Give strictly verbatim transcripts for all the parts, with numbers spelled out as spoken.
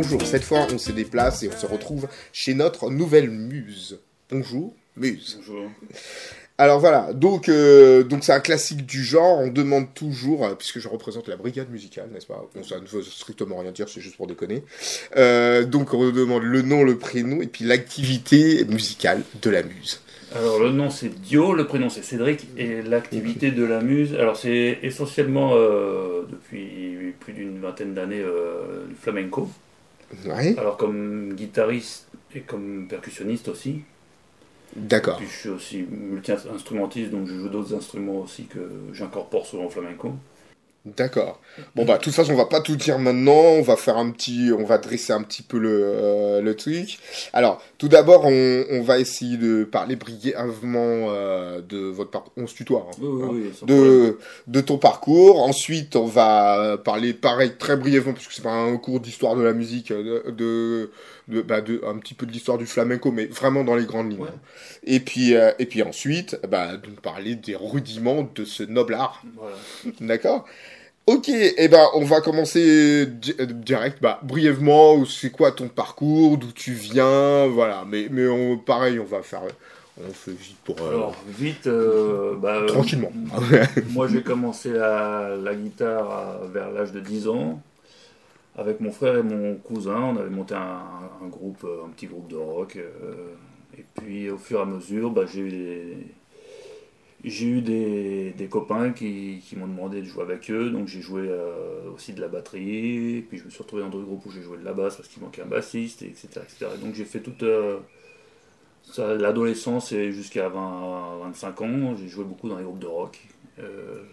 bonjour. Cette fois, on se déplace et on se retrouve chez notre nouvelle muse. Bonjour, muse. Bonjour. Alors voilà, donc euh, donc c'est un classique du genre. On demande toujours, euh, puisque je représente la brigade musicale, n'est-ce pas? Bon, ça ne veut strictement rien dire, c'est juste pour déconner. Euh, donc on demande le nom, le prénom et puis l'activité musicale de la muse. Alors le nom c'est Dio, le prénom c'est Cédric et l'activité de la muse, alors c'est essentiellement euh, depuis plus d'une vingtaine d'années euh, du flamenco. Ouais. Alors comme guitariste et comme percussionniste aussi. D'accord. Puis je suis aussi multi-instrumentiste, donc je joue d'autres instruments aussi que j'incorpore souvent au flamenco. D'accord. Bon bah de toute façon on va pas tout dire maintenant, on va faire un petit, on va dresser un petit peu le, euh, le truc. Alors tout d'abord on, on va essayer de parler brièvement euh, de votre parcours, on se tutoie, hein, Oui, oui, hein, oui, sans de, problème. de ton parcours. Ensuite on va parler pareil très brièvement parce que c'est pas un cours d'histoire de la musique, de, de, de, bah, de un petit peu de l'histoire du flamenco, mais vraiment dans les grandes lignes. Ouais. Et puis euh, et puis ensuite bah de nous parler des rudiments de ce noble art. Voilà. D'accord. Ok, et eh ben on va commencer di- direct, bah brièvement, c'est quoi ton parcours, d'où tu viens, voilà, mais, mais on, pareil, on va faire, on fait vite pour... Euh, Alors vite, euh, bah, euh, tranquillement. moi j'ai commencé la, la guitare à- vers l'âge de dix ans. Avec mon frère et mon cousin, on avait monté un, un groupe, un petit groupe de rock. Euh, et puis au fur et à mesure, bah, j'ai eu des... J'ai eu des, des copains qui, qui m'ont demandé de jouer avec eux, donc j'ai joué euh, aussi de la batterie, et puis je me suis retrouvé dans d'autres groupes où j'ai joué de la basse parce qu'il manquait un bassiste, et cetera, et cetera. Donc j'ai fait toute euh, ça, l'adolescence et jusqu'à vingt à vingt-cinq ans, j'ai joué beaucoup dans les groupes de rock, euh,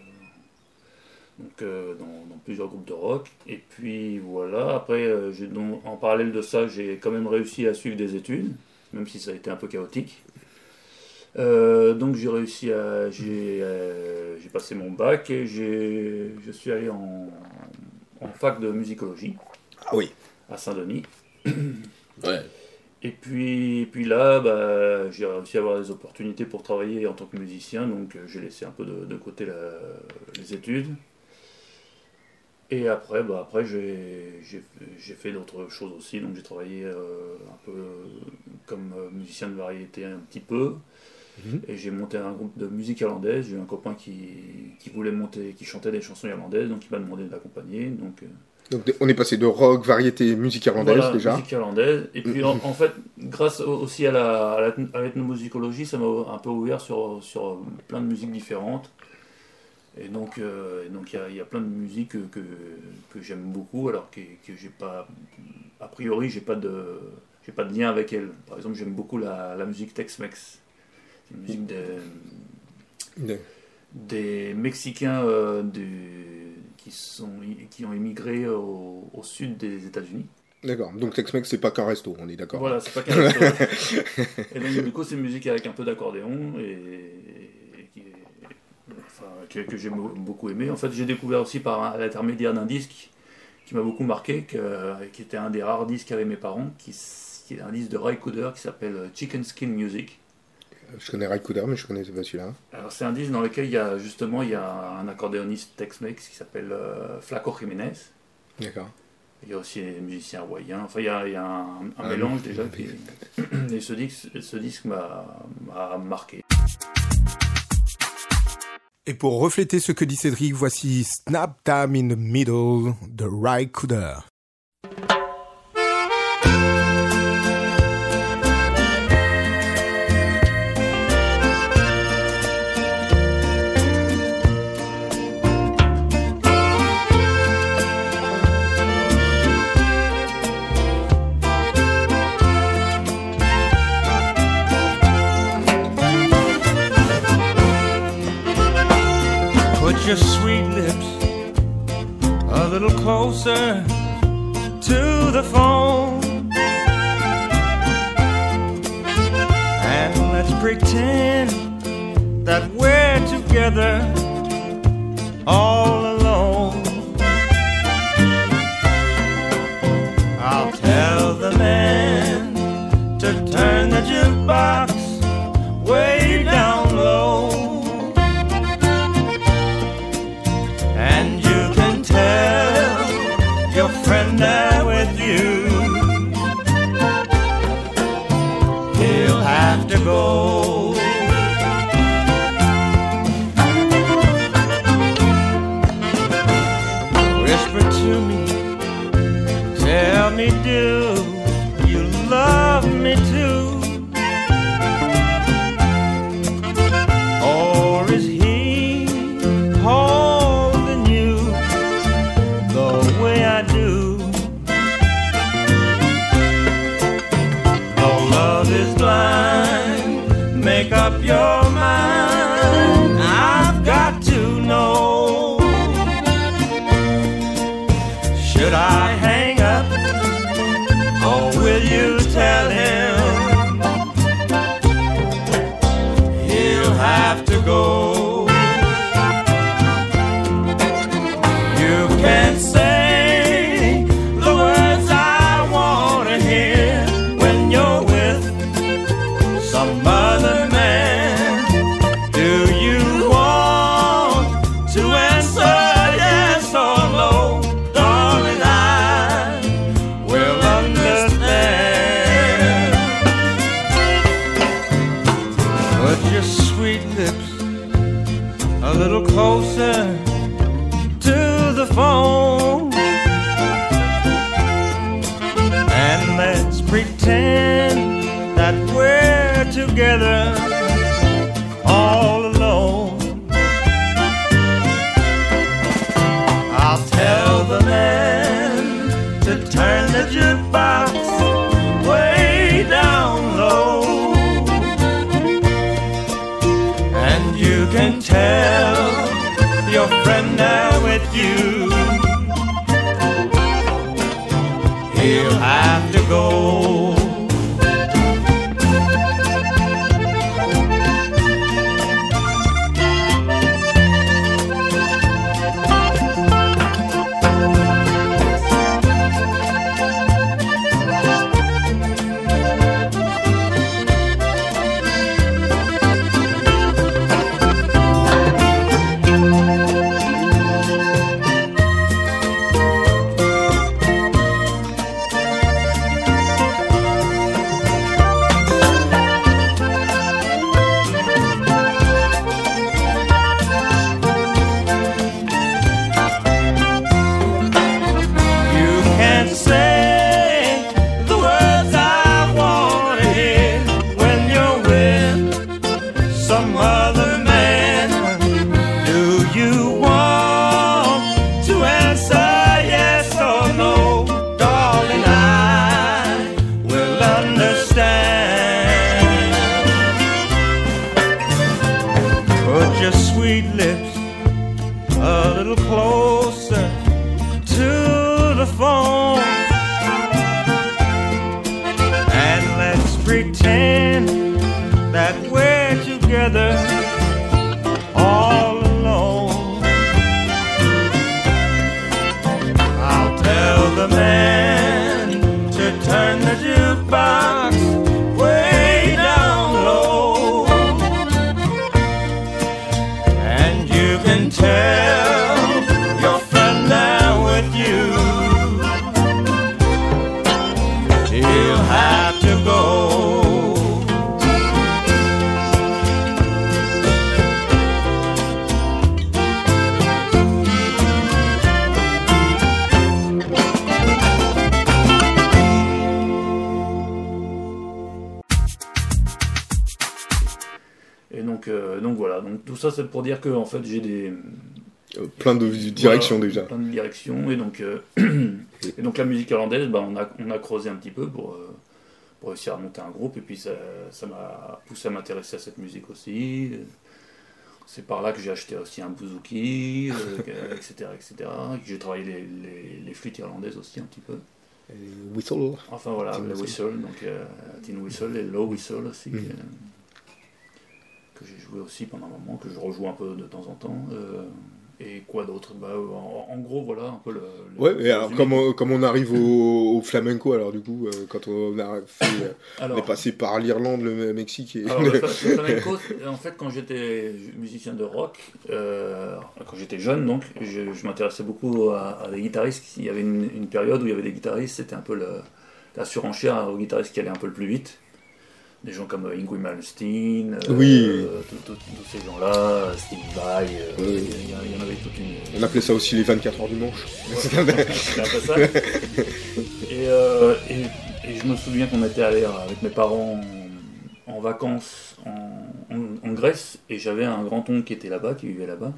donc euh, dans, dans plusieurs groupes de rock, et puis voilà, après euh, j'ai, donc, en parallèle de ça, j'ai quand même réussi à suivre des études, même si ça a été un peu chaotique. Euh, donc j'ai réussi à j'ai, euh, j'ai passé mon bac et j'ai, je suis allé en, en fac de musicologie Ah oui. à Saint-Denis. Ouais. Et puis, puis là, bah, j'ai réussi à avoir des opportunités pour travailler en tant que musicien, donc euh, j'ai laissé un peu de, de côté la, les études. Et après, bah, après j'ai, j'ai, j'ai fait d'autres choses aussi, donc j'ai travaillé euh, un peu comme musicien de variété un petit peu. Et j'ai monté un groupe de musique irlandaise. J'ai eu un copain qui, qui voulait monter, qui chantait des chansons irlandaises, donc il m'a demandé de l'accompagner. Donc, Donc on est passé de rock, variété, musique irlandaise voilà, déjà. musique irlandaise. Et puis en, en fait, grâce aussi à, la, à, la, à l'ethnomusicologie, ça m'a un peu ouvert sur, sur plein de musiques différentes. Et donc il euh, donc y, y a plein de musiques que, que, que j'aime beaucoup, alors que, que j'ai pas, a priori, j'ai pas de, j'ai pas de lien avec elles. Par exemple, j'aime beaucoup la, la musique Tex-Mex. C'est une musique de, De... des Mexicains euh, du, qui, sont, qui ont immigré au, au sud des États-Unis. D'accord, donc Tex-Mex c'est pas qu'un resto, on est d'accord. Voilà, c'est pas qu'un resto. Et donc du coup c'est une musique avec un peu d'accordéon et, et qui est, enfin, que, que j'ai beaucoup aimé. En fait j'ai découvert aussi par l'intermédiaire d'un disque qui m'a beaucoup marqué, que, qui était un des rares disques qu'avaient mes parents, qui, qui est un disque de Ry Cooder qui s'appelle Chicken Skin Music. Je connais Ry Cooder, mais je connaissais pas celui-là. Alors c'est un disque dans lequel il y a justement il y a un accordéoniste Tex-Mex qui s'appelle euh, Flaco Jiménez. D'accord. Il y a aussi des musiciens hawaïens. Enfin il y a, il y a un, un Ah, mélange oui. déjà. Qui... Et ce disque, ce disque m'a, m'a marqué. Et pour refléter ce que dit Cédric, voici Snap Time in the Middle de Ry Cooder. Put your sweet lips a little closer to the phone, and let's pretend that we're together all alone. I'll tell the man to turn the jukebox way down low, and you can tell your friend there with you up your mind, I've got to know. Should I hang up, or will you tell him he'll have to go? You can't say the words I want to hear when you're with some other man. Do you want to answer yes or no? Darling, I will understand. Put your sweet lips a little closer to the phone, and let's pretend that we're together all alone. I'll tell the man to turn the jukebox way down low, and you can tell your friend there with you he'll have to go. Ça c'est pour dire que en fait j'ai des euh, plein de directions voilà, déjà plein de directions et donc euh, et donc la musique irlandaise bah, on a on a creusé un petit peu pour euh, pour réussir à monter un groupe et puis ça ça m'a poussé à m'intéresser à cette musique aussi. C'est par là que j'ai acheté aussi un bouzouki, euh, etc etc. J'ai travaillé les, les les flûtes irlandaises aussi un petit peu. Et whistle. Enfin voilà le whistle donc euh, tin whistle et low whistle aussi. Mm. Euh, que j'ai joué aussi pendant un moment, que je rejoue un peu de temps en temps. Euh, et quoi d'autre bah, en, en gros, voilà un peu le... le ouais, et alors comme on, comme on arrive au, au flamenco, alors du coup, euh, quand on, a fait, alors, on est passé par l'Irlande, le Mexique... Et... Alors, le, le flamenco, en fait, quand j'étais musicien de rock, euh, quand j'étais jeune, donc, je, je m'intéressais beaucoup à, à des guitaristes. Il y avait une, une période où il y avait des guitaristes, c'était un peu le, la surenchère aux guitaristes qui allaient un peu le plus vite. Des gens comme Yngwie Malmsteen, oui. euh, tous ces gens-là, Steve Vai, euh, oui. il, y, il y en avait toute une... On appelait ça aussi les vingt-quatre heures du manche. C'était un peu ça. Et, euh, et, et je me souviens qu'on était allé avec mes parents en, en vacances en, en, en Grèce, et j'avais un grand-oncle qui était là-bas, qui vivait là-bas,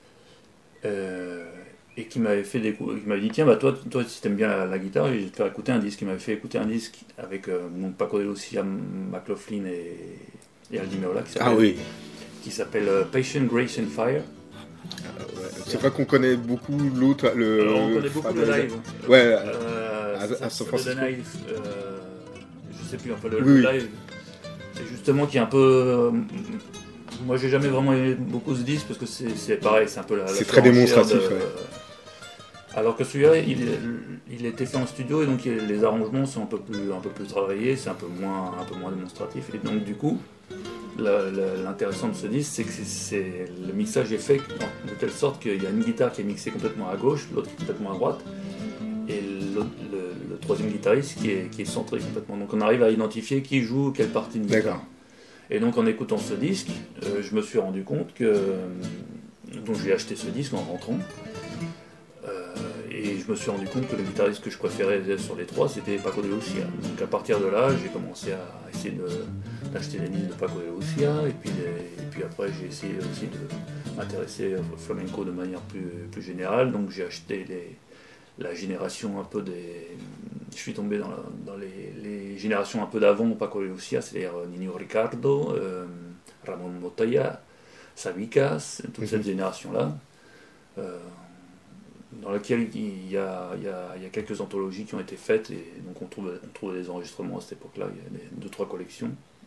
euh, et qui m'avait fait découvrir, qui m'avait dit tiens bah toi, toi si t'aimes bien la, la guitare, je vais te faire écouter un disque. Il m'avait fait écouter un disque avec euh, donc Paco de Lucia, McLaughlin et et Aldi Meola qui s'appelle, Ah oui. qui s'appelle euh, Passion, Grace and Fire. Ah, ouais. C'est vrai qu'on connaît beaucoup l'autre. Le... Alors, on connaît beaucoup le live. Ouais. Euh, à, à San Francisco. The Knife, euh, je sais plus, enfin le, Oui, le oui. live, c'est justement qui est un peu. Euh, moi j'ai jamais vraiment aimé beaucoup ce disque parce que c'est, c'est pareil, c'est un peu la. la C'est très surenchère démonstratif, de- ouais. Alors que celui-là, il, il a été fait en studio et donc il- les arrangements sont un peu plus, un peu plus travaillés, c'est un peu moins, un peu moins démonstratif. Et donc du coup, la- la- l'intéressant de ce disque, c'est que c'est, c'est- le mixage est fait de telle sorte qu'il y a une guitare qui est mixée complètement à gauche, l'autre qui est complètement à droite, et l'autre- le, le troisième guitariste qui est, qui est centré complètement. Donc on arrive à identifier qui joue quelle partie de guitare. D'accord. Et donc en écoutant ce disque, euh, je me suis rendu compte que... Donc j'ai acheté ce disque en rentrant. Euh, et je me suis rendu compte que le guitariste que je préférais sur les trois, c'était Paco de Lucia. Donc à partir de là, j'ai commencé à essayer de, d'acheter les disques de Paco de Lucia. Et puis, les- et puis après, j'ai essayé aussi de m'intéresser au flamenco de manière plus, plus générale. Donc j'ai acheté les, la génération un peu des... Je suis tombé dans, la- dans les, les générations un peu d'avant Paco de Lucia, c'est-à-dire Nino Ricardo, euh, Ramon Motoya, Sabicas, toute cette génération-là, euh, dans laquelle il y, a, il, y a, il y a quelques anthologies qui ont été faites, et donc on trouve, on trouve des enregistrements à cette époque-là, il y a des, deux, trois collections.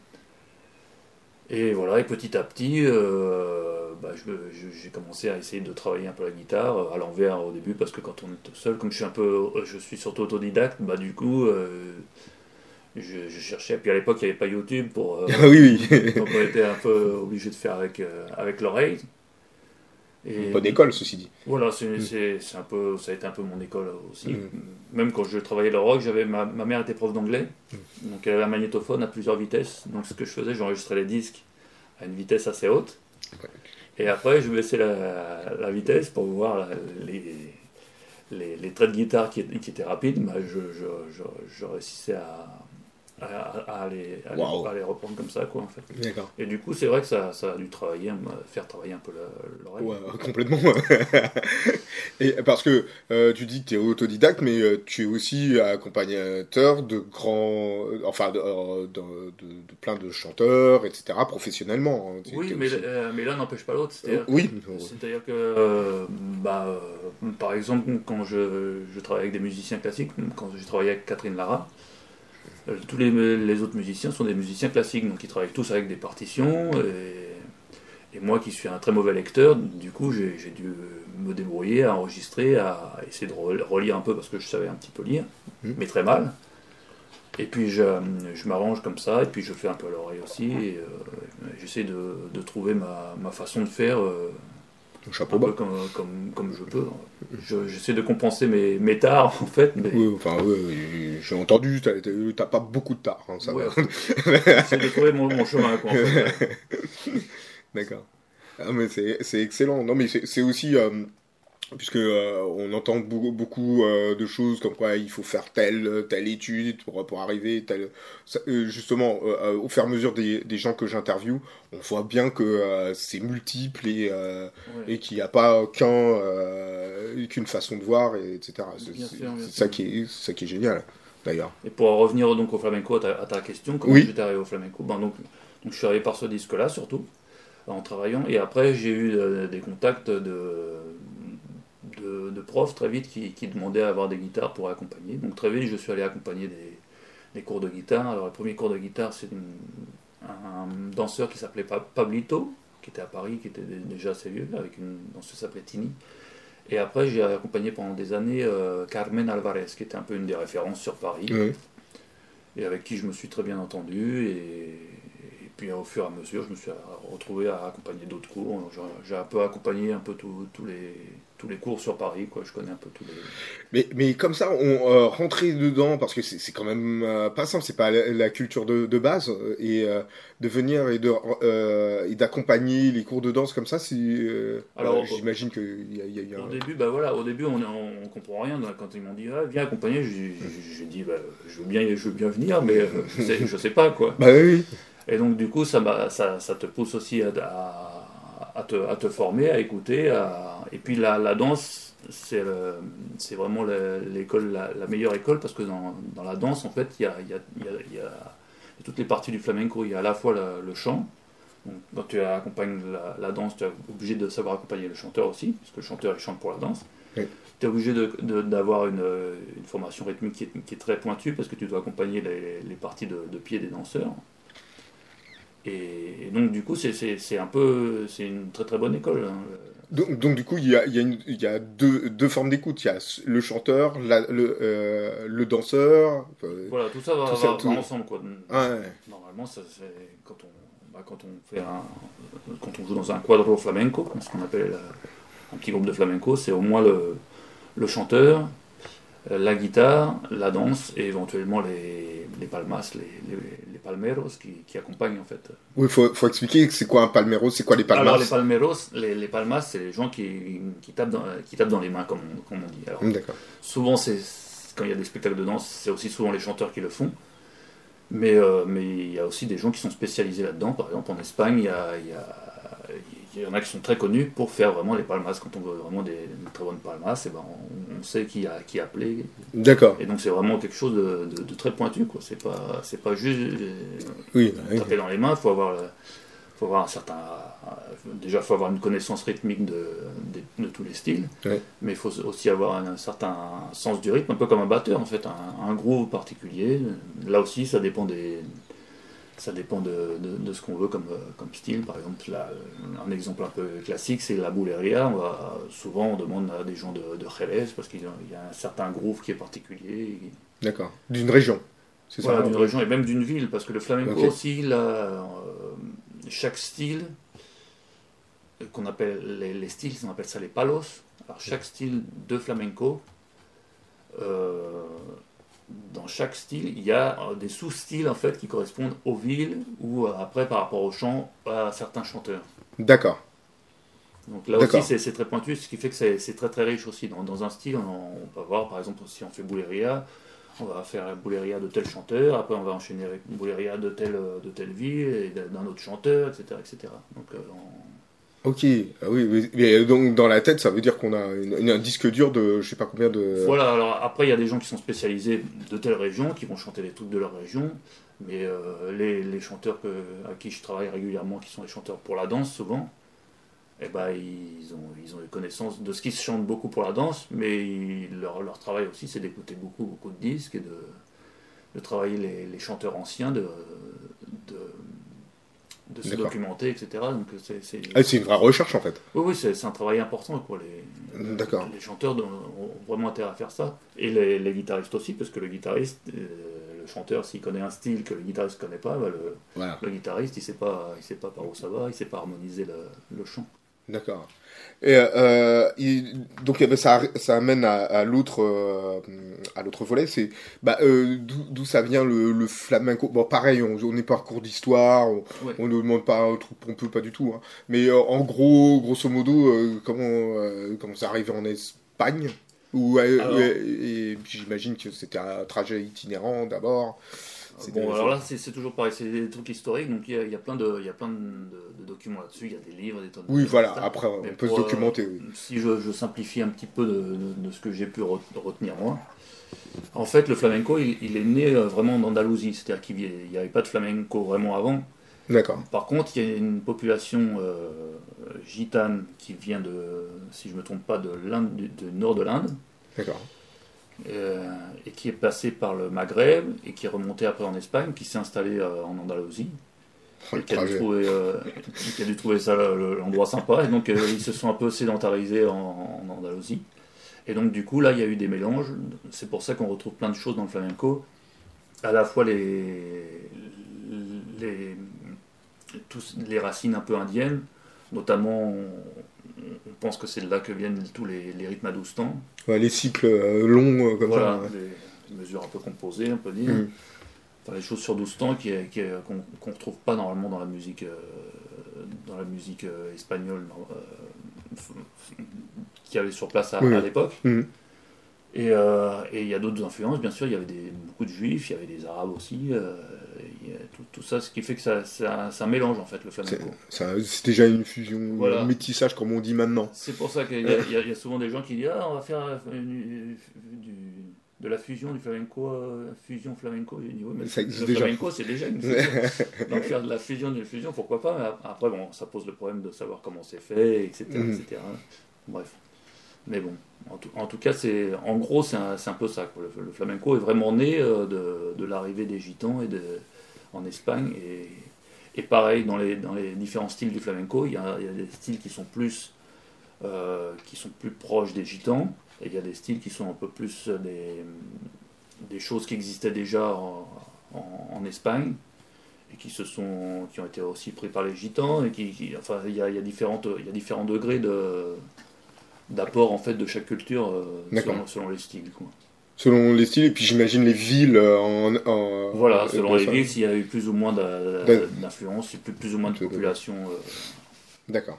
Et voilà, et petit à petit, euh, bah, je, je- j'ai commencé à essayer de travailler un peu la guitare, à l'envers au début, parce que quand on est tout seul, comme je suis un peu, je suis surtout autodidacte, bah du coup, euh, je, je cherchais, puis à l'époque il n'y avait pas YouTube pour... euh, Ah oui, oui. donc on était un peu obligé de faire avec, euh, avec l'oreille. Et Bonne école, ceci dit. voilà, c'est, c'est, c'est un peu, ça a été un peu mon école aussi. Mm. Même quand je travaillais le rock, j'avais, ma, ma mère était prof d'anglais, donc elle avait un magnétophone à plusieurs vitesses. Donc ce que je faisais, j'enregistrais les disques à une vitesse assez haute. Ouais. Et après, je baissais la, la vitesse pour voir la- les, les, les traits de guitare qui, qui étaient rapides. Bah, je, je, je, je réussissais à, à, à les, à, les, Wow. à les reprendre comme ça, quoi, en fait. D'accord. Et du coup, c'est vrai que ça, ça a dû travailler, me faire travailler un peu la- l'oreille. Ouais, complètement. Et parce que euh, tu dis que tu es autodidacte, mais euh, tu es aussi accompagnateur de grands, euh, enfin, de, euh, de, de- de plein de chanteurs, et cetera, professionnellement. hein. Tu- Oui, t'es mais, aussi- euh, mais l'un n'empêche pas l'autre. Euh, C'est-à-dire, oui. c'est-à-dire que, euh, bah, euh, par exemple, quand je, je travaille avec des musiciens classiques, quand j'ai travaillé avec Catherine Lara, euh, tous les, les autres musiciens sont des musiciens classiques, donc ils travaillent tous avec des partitions. Et, et moi, qui suis un très mauvais lecteur, du coup, j'ai, j'ai dû me débrouiller à enregistrer, à essayer de re- relire un peu parce que je savais un petit peu lire, Mhm. mais très mal. Et puis je, je m'arrange comme ça, et puis je fais un peu à l'oreille aussi, et euh, j'essaie de, de trouver ma, ma façon de faire euh, Chapeau un peu bas. comme, comme, comme je peux. Je- j'essaie de compenser mes, mes tards, en fait, mais Oui, enfin, oui, oui, j'ai entendu, t'as, t'as- t'as pas beaucoup de tard, hein, ça ouais, va. j'essaie de trouver mon, mon chemin, quoi, en fait. D'accord. Ah, mais c'est, c'est excellent. Non, mais c'est, c'est aussi, euh, puisque euh, on entend beaucoup, beaucoup euh, de choses comme quoi il faut faire telle, telle étude pour, pour arriver, telle... ça, euh, justement, euh, au fur et à mesure des, des gens que j'interviewe, on voit bien que euh, c'est multiple et, euh, Ouais. et qu'il n'y a pas qu'un, euh, qu'une façon de voir, et, etc. C'est, Bien c'est- sûr, bien c'est sûr. ça qui est, c'est ça qui est génial, d'ailleurs. Et pour en revenir donc au flamenco, à ta, à ta question, comment Oui. j'étais arrivé au flamenco, ben donc, donc je suis arrivé par ce disque-là surtout, en travaillant, et après j'ai eu euh, des contacts de, de, de profs très vite qui, qui demandaient à avoir des guitares pour accompagner. Donc très vite je suis allé accompagner des, des cours de guitare. Alors le premier cours de guitare, c'est une- un danseur qui s'appelait Pa- Pablito, qui était à Paris, qui était dé- déjà assez vieux, avec une danseuse qui s'appelait Tini. Et après, j'ai accompagné pendant des années euh, Carmen Alvarez, qui était un peu une des références sur Paris, Oui. et avec qui je me suis très bien entendu. Et, et puis au fur et à mesure, je me suis retrouvé à accompagner d'autres cours. J'ai, j'ai un peu accompagné un peu tous tous les, tous les cours sur Paris, quoi. Je connais un peu tous les... Mais, mais comme ça, on euh, rentrer dedans, parce que c'est, c'est quand même euh, pas simple, c'est pas la, la culture de, de base, euh, et euh, de venir et, de, euh, et d'accompagner les cours de danse comme ça, c'est, euh, Alors, euh, j'imagine qu'il y a, il y a eu Au un... début, bah voilà, au début, on, on, on comprend rien. Donc, quand ils m'ont dit, ah, viens accompagner, j'ai, j'ai dit, bah, je veux bien, je veux bien venir, mais euh, je sais, je sais pas, quoi. Bah oui, oui. Et donc, du coup, ça, m'a- ça, ça te pousse aussi à, à, à te, à te former, à écouter. À... Et puis, la, la danse, c'est, le- c'est vraiment la- l'école, la, la meilleure école, parce que dans, dans la danse, en fait, il y a, il y, a, il y, a, il y, a, Et toutes les parties du flamenco, il y a à la fois la- le chant. Donc, quand tu accompagnes la, la danse, tu es obligé de savoir accompagner le chanteur aussi, parce que le chanteur il chante pour la danse. Oui. Tu es obligé de, de- d'avoir une, une formation rythmique qui est, qui est très pointue, parce que tu dois accompagner les, les parties de, de pied des danseurs. Et, et donc du coup, c'est, c'est, c'est un peu, c'est une très très bonne école. Hein. Donc, donc, du coup, il y a, il y a, une- il y a deux, deux formes d'écoute. Il y a le chanteur, la- le, euh, le danseur. euh, Voilà, tout ça va, tout ça, va- va tout- ensemble, quoi. ouais. Normalement, ça, c'est quand on, bah, quand on fait un, quand on joue dans un quadro flamenco, ce qu'on appelle euh, un petit groupe de flamenco, c'est au moins le, le chanteur, euh, la guitare, la danse et éventuellement les, les palmas, les, les, les palmeros qui, qui accompagnent en fait. Oui, il faut, faut expliquer c'est quoi un palmero, c'est quoi les palmas. Alors les palmeros, les, les palmas, c'est les gens qui, qui, tapent dans, qui tapent dans les mains, comme on, comme on dit. Alors, Hum, D'accord. souvent, c'est, quand il y a des spectacles de danse, c'est aussi souvent les chanteurs qui le font. Mais, euh, mais il y a aussi des gens qui sont spécialisés là-dedans. Par exemple, en Espagne, il y, a, il, y a, il y en a qui sont très connus pour faire vraiment les palmas. Quand on veut vraiment des, des très bonnes palmas, et ben on, on sait qui a, qui appeler. D'accord. Et donc c'est vraiment quelque chose de, de, de très pointu, quoi. C'est pas, c'est pas juste euh, Oui, oui. taper dans les mains. Il faut avoir, le- faut avoir un certain, déjà, il faut avoir une connaissance rythmique de, de, de tous les styles. Ouais. Mais il faut aussi avoir un, un certain sens du rythme, un peu comme un batteur en fait, un, un groove particulier. Là aussi, ça dépend des, ça dépend de, de, de ce qu'on veut comme, comme style. Par exemple, là, un exemple un peu classique, c'est la bulería. On va, souvent, on demande à des gens de, de Jerez parce qu'il y a il y a un certain groove qui est particulier. D'accord. D'une région. C'est Voilà, ça. d'une région et même d'une ville, parce que le flamenco Ok. aussi, là, euh, chaque style, euh, qu'on appelle les, les styles, on appelle ça les palos. Alors chaque style de flamenco, euh, dans chaque style, il y a euh, des sous-styles en fait qui correspondent aux villes ou euh, après par rapport au chant à certains chanteurs. D'accord. Donc là D'accord. aussi c'est, c'est très pointu, ce qui fait que c'est, c'est très très riche aussi. Dans, dans un style, on, on peut voir par exemple si on fait bulería, on va faire bulería de tel chanteur, après on va enchaîner avec bulería de telle, de telle ville, et d'un autre chanteur, et cetera et cetera. Donc, euh, on- Ok. Ah oui, oui. Mais donc dans la tête, ça veut dire qu'on a une- une- un disque dur de je sais pas combien de. Voilà, alors après il y a des gens qui sont spécialisés de telle région, qui vont chanter les trucs de leur région, mais euh, les, les chanteurs que, à qui je travaille régulièrement, qui sont les chanteurs pour la danse souvent, eh ben, ils, ont, ils ont des connaissances de ce qui se chante beaucoup pour la danse, mais ils- leur, leur travail aussi c'est d'écouter beaucoup, beaucoup de disques et de, de travailler les, les chanteurs anciens, de, de, de se D'accord. documenter, et cetera. Donc c'est, c'est... Ah, c'est une vraie recherche en fait. Oui, oui, c'est, c'est un travail important pour les, D'accord. les chanteurs ont vraiment intérêt à faire ça. Et les, les guitaristes aussi, parce que le guitariste, euh, le chanteur, s'il connaît un style que le guitariste ne connaît pas, bah, le, Voilà. le guitariste, il ne sait pas, il sait pas par où ça va, il ne sait pas harmoniser le, le chant. D'accord. Et euh, il- donc eh ben, ça, ça amène à, à l'autre euh, à l'autre volet, c'est bah, euh, d'où, d'où ça vient le, le flamenco. Bon, pareil, on on n'est pas en cours d'histoire, on, Ouais. on ne demande pas un truc pompeux, pas du tout. Hein. Mais euh, en gros, grosso modo, euh, comment euh, comment ça arrive en Espagne ou euh, Alors- et, et puis j'imagine que c'était un trajet itinérant d'abord. C'était- Bon, alors là, c'est, c'est toujours pareil, c'est des trucs historiques, donc il y a, il y a plein, de, il y a plein de, de- de documents là-dessus, il y a des livres, des tonnes de Oui, livres, voilà. et cetera. Après, on Mais peut pour, se euh, documenter. Oui. Si je, je simplifie un petit peu de, de- de ce que j'ai pu re- retenir moi, en fait, le flamenco, il, il est né euh, vraiment en Andalousie, c'est-à-dire qu'il n'y avait pas de flamenco vraiment avant. D'accord. Par contre, il y a une population euh, gitane qui vient de, si je ne me trompe pas, de l'Inde, du, du nord de l'Inde, D'accord. euh, et qui est passé par le Maghreb, et qui est remonté après en Espagne, qui s'est installé euh, en Andalousie, Oh, et le qui a, dû trajet. trouver, euh, qui a dû trouver ça le- l'endroit sympa, et donc euh, ils se sont un peu sédentarisés en, en Andalousie. Et donc du coup, là, il y a eu des mélanges, c'est pour ça qu'on retrouve plein de choses dans le flamenco, à la fois les, les, tous les racines un peu indiennes, notamment on, on pense que c'est de là que viennent tous les, les rythmes à douze temps, Ouais, les cycles euh, longs euh, comme voilà, ça. Ouais. des, des mesures un peu composées, on peut dire, Mm. enfin, les choses sur douze temps qui, qui, qu'on qu'on ne retrouve pas normalement dans la musique, euh, dans la musique euh, espagnole euh, f- qu'il y avait sur place à, Oui. à l'époque. Mm. Et euh, et il y a d'autres influences, bien sûr, il y avait des, beaucoup de juifs, il y avait des arabes aussi, euh, il y a tout, tout ça, ce qui fait que ça, ça, ça mélange en fait le C'est, flamenco. ça- c'est déjà une fusion, Voilà. un métissage comme on dit maintenant. C'est pour ça qu'il y, a- il y a- il y a souvent des gens qui disent ah on va faire euh, du, du, de la fusion du flamenco, euh, fusion flamenco, j'ai dit oui, mais Ça le existe déjà. flamenco c'est déjà une fusion. Donc faire de la fusion d'une fusion, pourquoi pas, mais après bon, ça pose le problème de savoir comment c'est fait, et cetera, Mhm. et cetera. Bref. Mais bon, en tout, en tout cas, c'est, en gros, c'est un, c'est un peu ça, quoi. Le, le flamenco est vraiment né euh, de, de l'arrivée des gitans et de, en Espagne. Et, et pareil, dans les, dans les différents styles du flamenco, il y a, il y a des styles qui sont plus, euh, qui sont plus proches des gitans, et il y a des styles qui sont un peu plus euh, des, des choses qui existaient déjà en, en, en Espagne, et qui, se sont, qui ont été aussi pris par les gitans. Et qui, qui- enfin, il y a, il y a différentes, il y a différents degrés de d'apport en fait de chaque culture euh, D'accord. selon, selon les styles, quoi. Selon les styles, et puis j'imagine les villes euh, en. en Voilà, euh, selon dans les ça. villes, s'il y a eu plus ou moins d'a- D'ac- d'influence, plus, plus ou moins de De- de- population. euh, D'accord.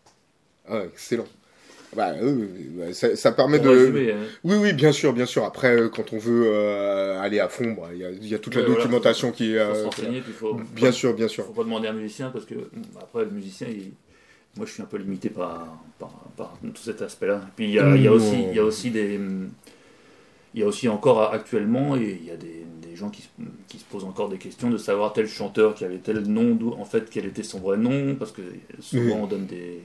Ah, excellent. Bah, oui, oui, oui, bah, ça, ça permet pour de. résumer, hein. Oui, oui, bien sûr, bien sûr. Après, euh, quand on veut euh, aller à fond, bah, il y, a, il y a toute la Ouais, voilà, documentation qui est. faut se euh, renseigner, puis faut, bien faut, sûr, bien faut sûr. pas demander à un musicien parce que après le musicien, il- moi je suis un peu limité par, par, par tout cet aspect-là. Puis il y a, il y a Non. aussi, il y a aussi des, il y a aussi encore actuellement, et il y a des, des gens qui se, qui se posent encore des questions de savoir tel chanteur qui avait tel nom, d'où- en fait quel était son vrai nom, parce que souvent Oui. on donne des,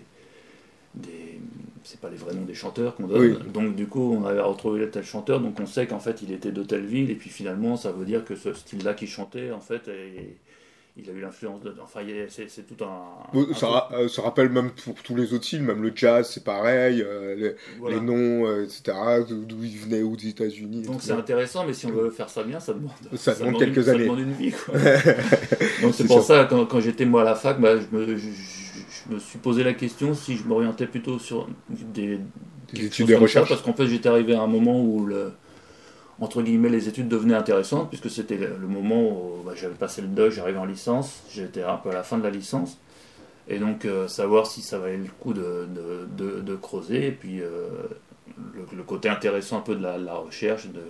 des c'est pas les vrais noms des chanteurs qu'on donne. Oui. Donc du coup on avait retrouvé tel chanteur, donc on sait qu'en fait il était de telle ville, et puis finalement ça veut dire que ce style-là qu'il chantait en fait, et, il a eu l'influence de. Enfin, il y a- c'est c'est tout un. Bon, un ça, truc- ra- euh, ça rappelle même pour tous les autres styles, même le jazz, c'est pareil, euh, les, voilà. les noms, euh, et cetera, d'où d'où ils venaient aux États-Unis. Donc et c'est tout. intéressant, mais si on veut faire ça bien, ça demande, Ça demande une- quelques ça années. demande une vie, quoi. Donc c'est C'est pour sûr. ça, quand, quand j'étais moi à la fac, bah, je, me, je, je- je me suis posé la question si je m'orientais plutôt sur des, Des quelque études chose de comme ça, recherche. parce qu'en fait j'étais arrivé à un moment où le, entre guillemets les études devenaient intéressantes, puisque c'était le, le moment où bah, j'avais passé le deuil, j'arrivais en licence, j'étais un peu à la fin de la licence, et donc euh, savoir si ça valait le coup de, de, de, de creuser, et puis euh, le, le côté intéressant un peu de la, la recherche, de,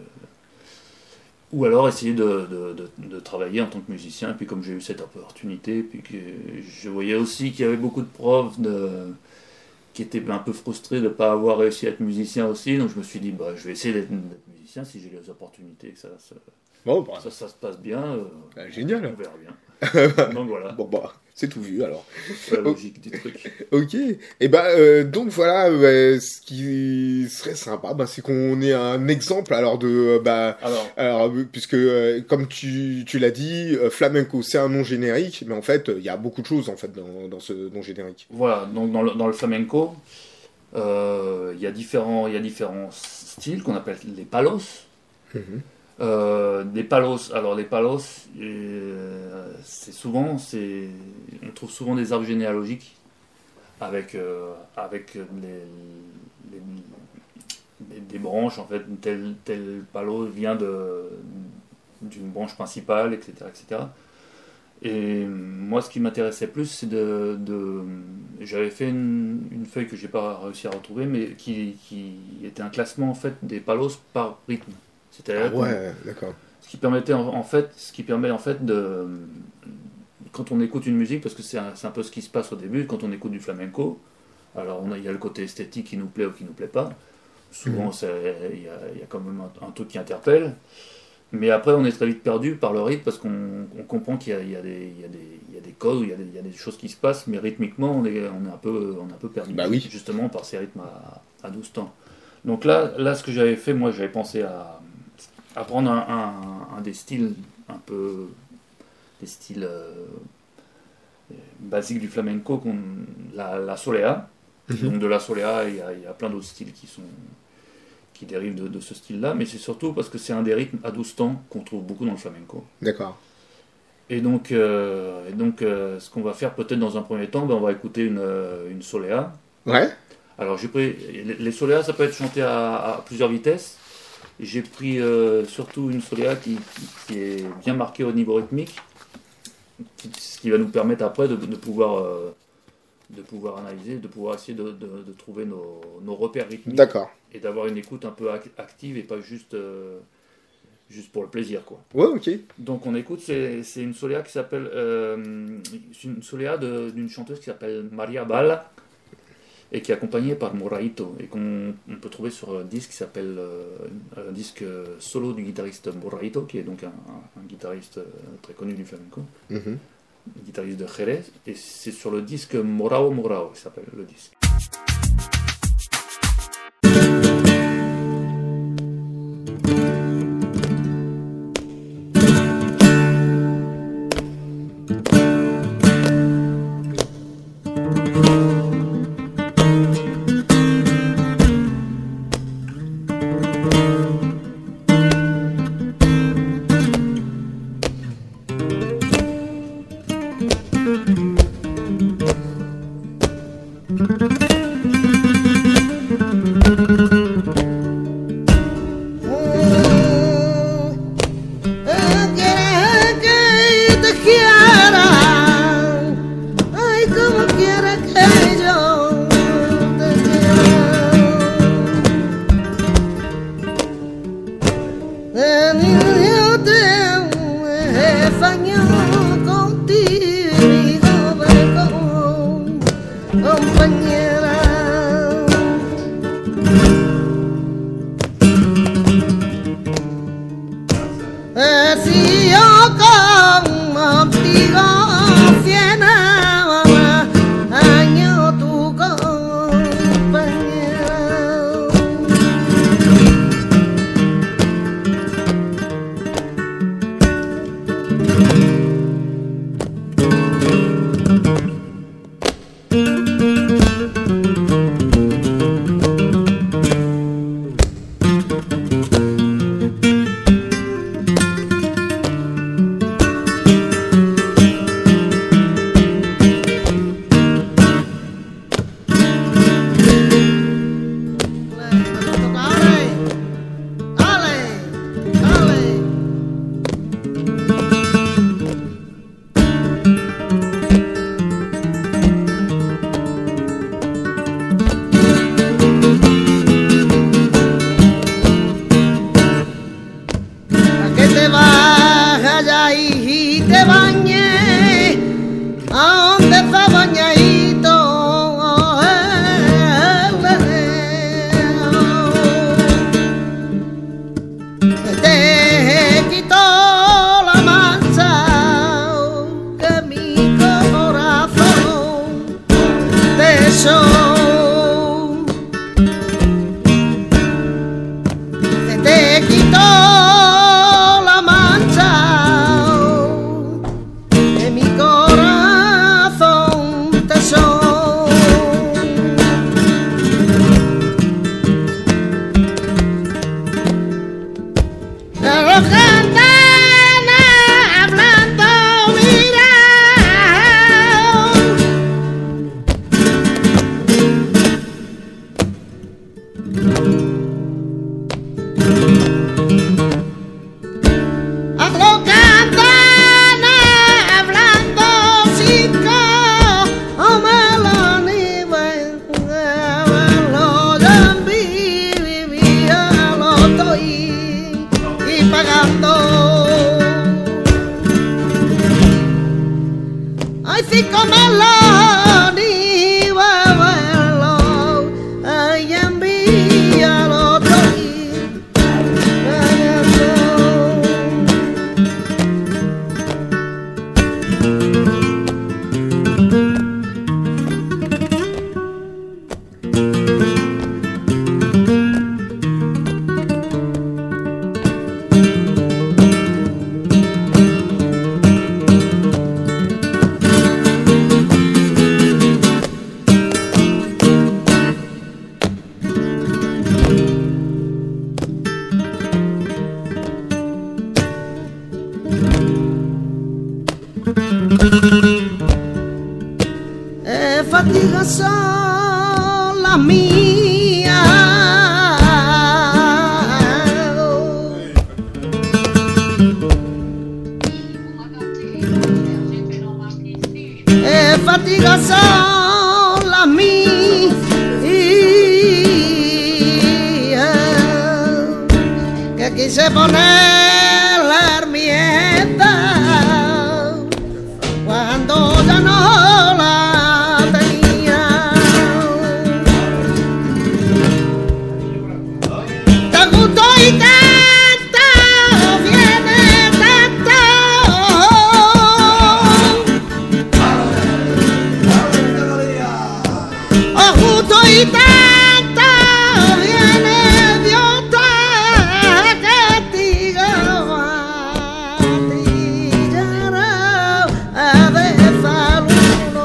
ou alors essayer de, de, de, de travailler en tant que musicien. Et puis comme j'ai eu cette opportunité, puis que je voyais aussi qu'il y avait beaucoup de profs de, qui étaient un peu frustrés de ne pas avoir réussi à être musicien aussi, donc je me suis dit bah, je vais essayer d'être, d'être musicien si j'ai les opportunités, que ça, ça, Bon, bah, ça, ça se passe bien, euh, bah, génial. on verra bien. Donc voilà, Bon, bah, c'est tout vu alors. c'est la logique du truc. Ok. Et bah, euh, donc voilà, euh, ce qui serait sympa, bah, c'est qu'on ait un exemple alors de. euh, bah, Alors, alors, euh, puisque, euh, comme tu, tu l'as dit, euh, flamenco, c'est un nom générique, mais en fait, il y a beaucoup de choses en fait dans, dans ce nom générique. voilà, donc dans le, dans le flamenco, euh, il y a différents, il y a différents styles qu'on appelle les palos. Mhm. Euh, des palos, alors les palos, euh, c'est souvent, c'est, on trouve souvent des arbres généalogiques avec, euh, avec les, les- les- des branches, en fait, tel, tel palo vient de, d'une branche principale, et cetera, et cetera. Et moi, ce qui m'intéressait plus, c'est de, de- j'avais fait une, une feuille que j'ai pas réussi à retrouver, mais qui, qui était un classement en fait des palos par rythme. C'est-à-dire Ah qu'on- ouais, d'accord. ce qui permettait en, en fait, ce qui permet en fait de, quand on écoute une musique, parce que c'est un, c'est un peu ce qui se passe au début, quand on écoute du flamenco. Alors on a, il y a le côté esthétique qui nous plaît ou qui nous plaît pas. Souvent, Mhm. c'est- il y, a, il y a quand même un, un truc qui interpelle. Mais après, on est très vite perdu par le rythme parce qu'on on comprend qu'il y a, il y a des, il y a des, il y a des codes, il y a des, il y a des choses qui se passent, mais rythmiquement, on est, on est un peu, on est un peu perdu. Bah oui. Justement par ces rythmes à, à douze temps. Donc là, là, ce que j'avais fait, moi, j'avais pensé à, à prendre un, un- un des styles un peu, des styles euh, basiques du flamenco, qu'on- la, la solea. Mhm. Donc de la solea, il y a, il y a plein d'autres styles qui sont qui dérivent de, de ce style-là, mais c'est surtout parce que c'est un des rythmes à douze temps qu'on trouve beaucoup dans le flamenco. D'accord. Et donc, euh, et donc euh, ce qu'on va faire peut-être dans un premier temps, ben, on va écouter une, euh, une solea. Ouais. Alors j'ai pris les, les soleas, ça peut être chanté à, à plusieurs vitesses. J'ai pris euh, surtout une solea qui, qui, qui est bien marquée au niveau rythmique, qui- ce qui va nous permettre après de, de pouvoir euh, de pouvoir analyser, de pouvoir essayer de, de- de trouver nos, nos repères rythmiques D'accord. et d'avoir une écoute un peu ac- active et pas juste euh, juste pour le plaisir, quoi. Ouais, ok. Donc on écoute, c'est c'est une solea qui s'appelle, euh, c'est une solea de- d'une chanteuse qui s'appelle Maria Balla, et qui est accompagné par Moraito, et qu'on on peut trouver sur un disque qui s'appelle euh, un disque solo du guitariste Moraito, qui est donc un, un, un guitariste très connu du flamenco, Mm-hmm. guitariste de Jerez, et c'est sur le disque Morao Morao qui s'appelle le disque. E fatiga son las mías. E fatiga son las mías. Que quise poner la hermieta cuando ya no la tenía. y tanto viene Dios te castiga, castigará de saludo.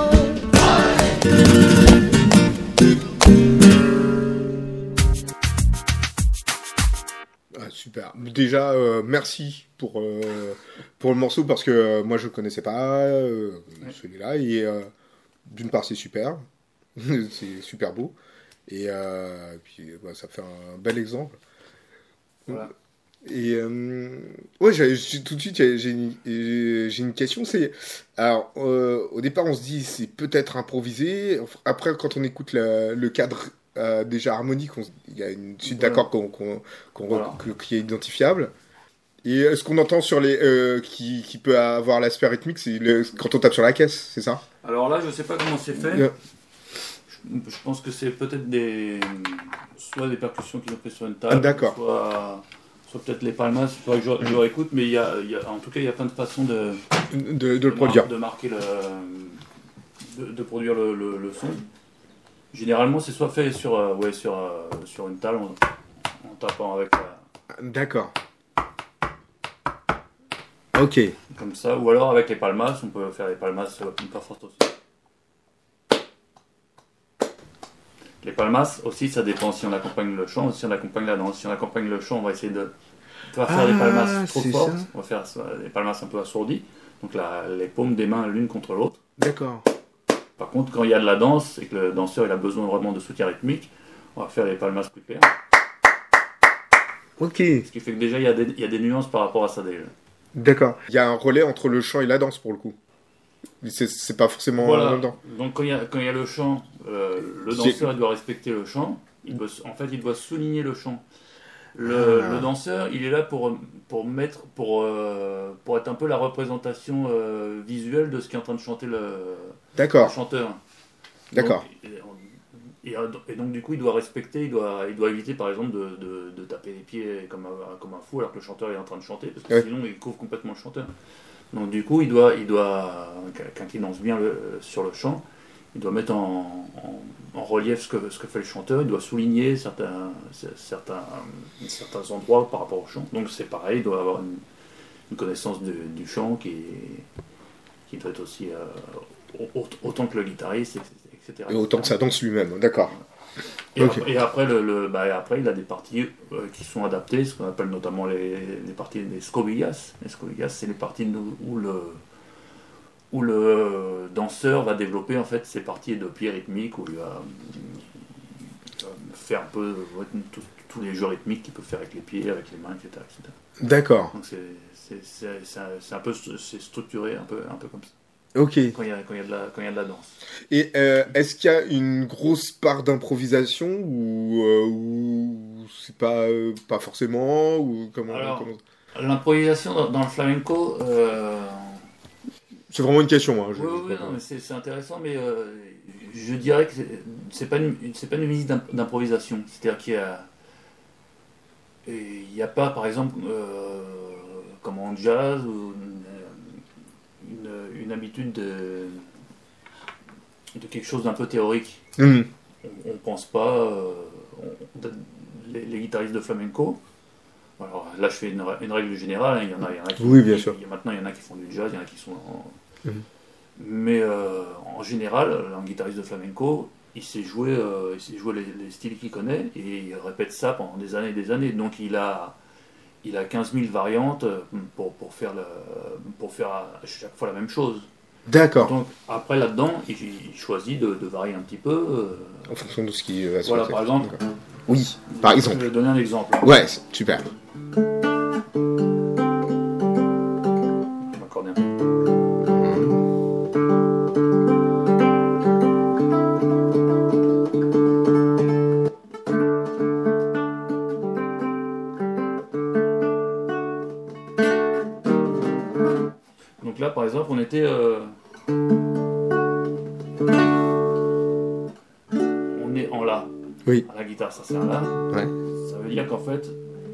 Ah, super. Déjà, euh, merci pour, euh, pour le morceau parce que euh, moi je connaissais pas euh, celui-là et euh, d'une part c'est super, c'est super beau et euh, puis bah, ça fait un bel exemple. Voilà. Et euh, ouais, j'ai, j'ai- tout de suite j'ai, j'ai une, j'ai j'ai une question. C'est alors euh, au départ on se dit c'est peut-être improvisé. Après quand on écoute la- le cadre euh, déjà harmonique, on se- il y a une suite Voilà. d'accords qu'on, qu'on, qu'on re- Voilà. que- qui est identifiable. Et euh, ce qu'on entend sur les euh, qui, qui peut avoir l'aspect rythmique, c'est le- quand on tape sur la caisse, c'est ça? Alors là, je sais pas comment c'est fait. Yeah. Je, je pense que c'est peut-être des. Soit des percussions qui sont prises sur une Ah, table, d'accord. soit, soit peut-être les palmas, il faudrait que je, je réécoute, mais il y a, il y a- en tout cas, il y a plein de façons de, De, de le de mar- produire. de marquer le. de, de produire le, le- le son. Généralement, c'est soit fait sur, euh, ouais, sur, euh, sur une table, en, en tapant avec. la- D'accord. Ok. comme ça, ou alors avec les palmas, on peut faire les palmas euh, pas fortes aussi. Les palmas aussi, ça dépend si on accompagne le chant ou si on accompagne la danse. Si on accompagne le chant, on va essayer de pas faire Ah, des palmas trop c'est fortes, ça. on va faire euh, des palmas un peu assourdis, donc la- les paumes des mains l'une contre l'autre. D'accord. Par contre, quand il y a de la danse et que le danseur il a besoin vraiment de soutien rythmique, on va faire les palmas plus clairs. Ok. Ce qui fait que déjà il y a des, il y a des nuances par rapport à ça déjà. D'accord. Il y a un relais entre le chant et la danse pour le coup. C'est, c'est pas forcément en Voilà. même temps. Donc quand il y a, quand il y a le chant, euh, le C'est- danseur il doit respecter le chant. Il doit, en fait, il doit souligner le chant. Le, Ah. le danseur, il est là pour, pour mettre, pour, euh, pour être un peu la représentation euh, visuelle de ce qu'est en train de chanter le, le D'accord. chanteur. D'accord. Donc, et, et- et donc du coup, il doit respecter, il doit, il doit éviter par exemple de, de, de taper les pieds comme un, comme un fou alors que le chanteur est en train de chanter, parce que Ouais. sinon il couvre complètement le chanteur. Donc du coup, il doit, il doit, quelqu'un qui danse bien le- sur le chant, il doit mettre en, en- en relief ce que, ce que fait le chanteur, il doit souligner certains, certains, certains endroits par rapport au chant. Donc c'est pareil, il doit avoir une, une connaissance du, du chant qui, qui doit être aussi euh, au- autant que le guitariste, et cetera Et autant que ça danse lui-même. D'accord. Et, Ok. après, et après, le, le- bah, après, il a des parties euh, qui sont adaptées, ce qu'on appelle notamment les, les parties des scobillas. Les scobillas, c'est les parties où, où le, où le danseur va développer en fait ses parties de pieds rythmiques, où il va, il va faire un peu ouais, tous- tous les jeux rythmiques qu'il peut faire avec les pieds, avec les mains, et cetera et cetera. D'accord. Donc c'est, c'est, c'est, c'est un- c'est un peu c'est structuré un peu, un peu comme ça, Ok. quand il y a, quand il y a de la, quand il y a de la danse. Et euh, est-ce qu'il y a une grosse part d'improvisation ou, euh, ou c'est pas, euh, pas forcément ou comment, Alors, comment- L'improvisation dans, dans le flamenco... euh, C'est vraiment une question. Hein, je- Oui, je oui, sais pas. non, mais c'est c'est intéressant, mais euh, je dirais que c'est- c'est pas une, c'est pas une musique d'im- d'improvisation. C'est-à-dire qu'il y a, et il n'y a pas, par exemple, euh, comme en jazz, ou une, une- une habitude de, de quelque chose d'un peu théorique. Mhm. On, on pense pas, euh, on- les, les guitaristes de flamenco. Alors là, je fais une, une règle générale. hein, Il y en a, il y en a qui, Oui, bien il- sûr. il y a- maintenant, il y en a qui font du jazz, il y en a qui sont en, Mhm. mais euh, en général, un guitariste de flamenco, il sait jouer, euh, il sait jouer les, les styles qu'il connaît et il répète ça pendant des années et des années. Donc il a, il a quinze mille variantes pour, pour, faire le, pour faire à chaque fois la même chose. D'accord. Donc après là-dedans, il, il choisit de, de varier un petit peu. euh, En fonction de ce qui va se voilà, passer. par exemple. D'accord. Oui, par Je exemple. vais donner un exemple. Ouais, c'est- super. Je vais m'accorder un peu. Donc là, par exemple, on était... euh, on est en La. Oui. À la guitare, ça c'est un La. Ouais. Ça veut dire qu'en fait,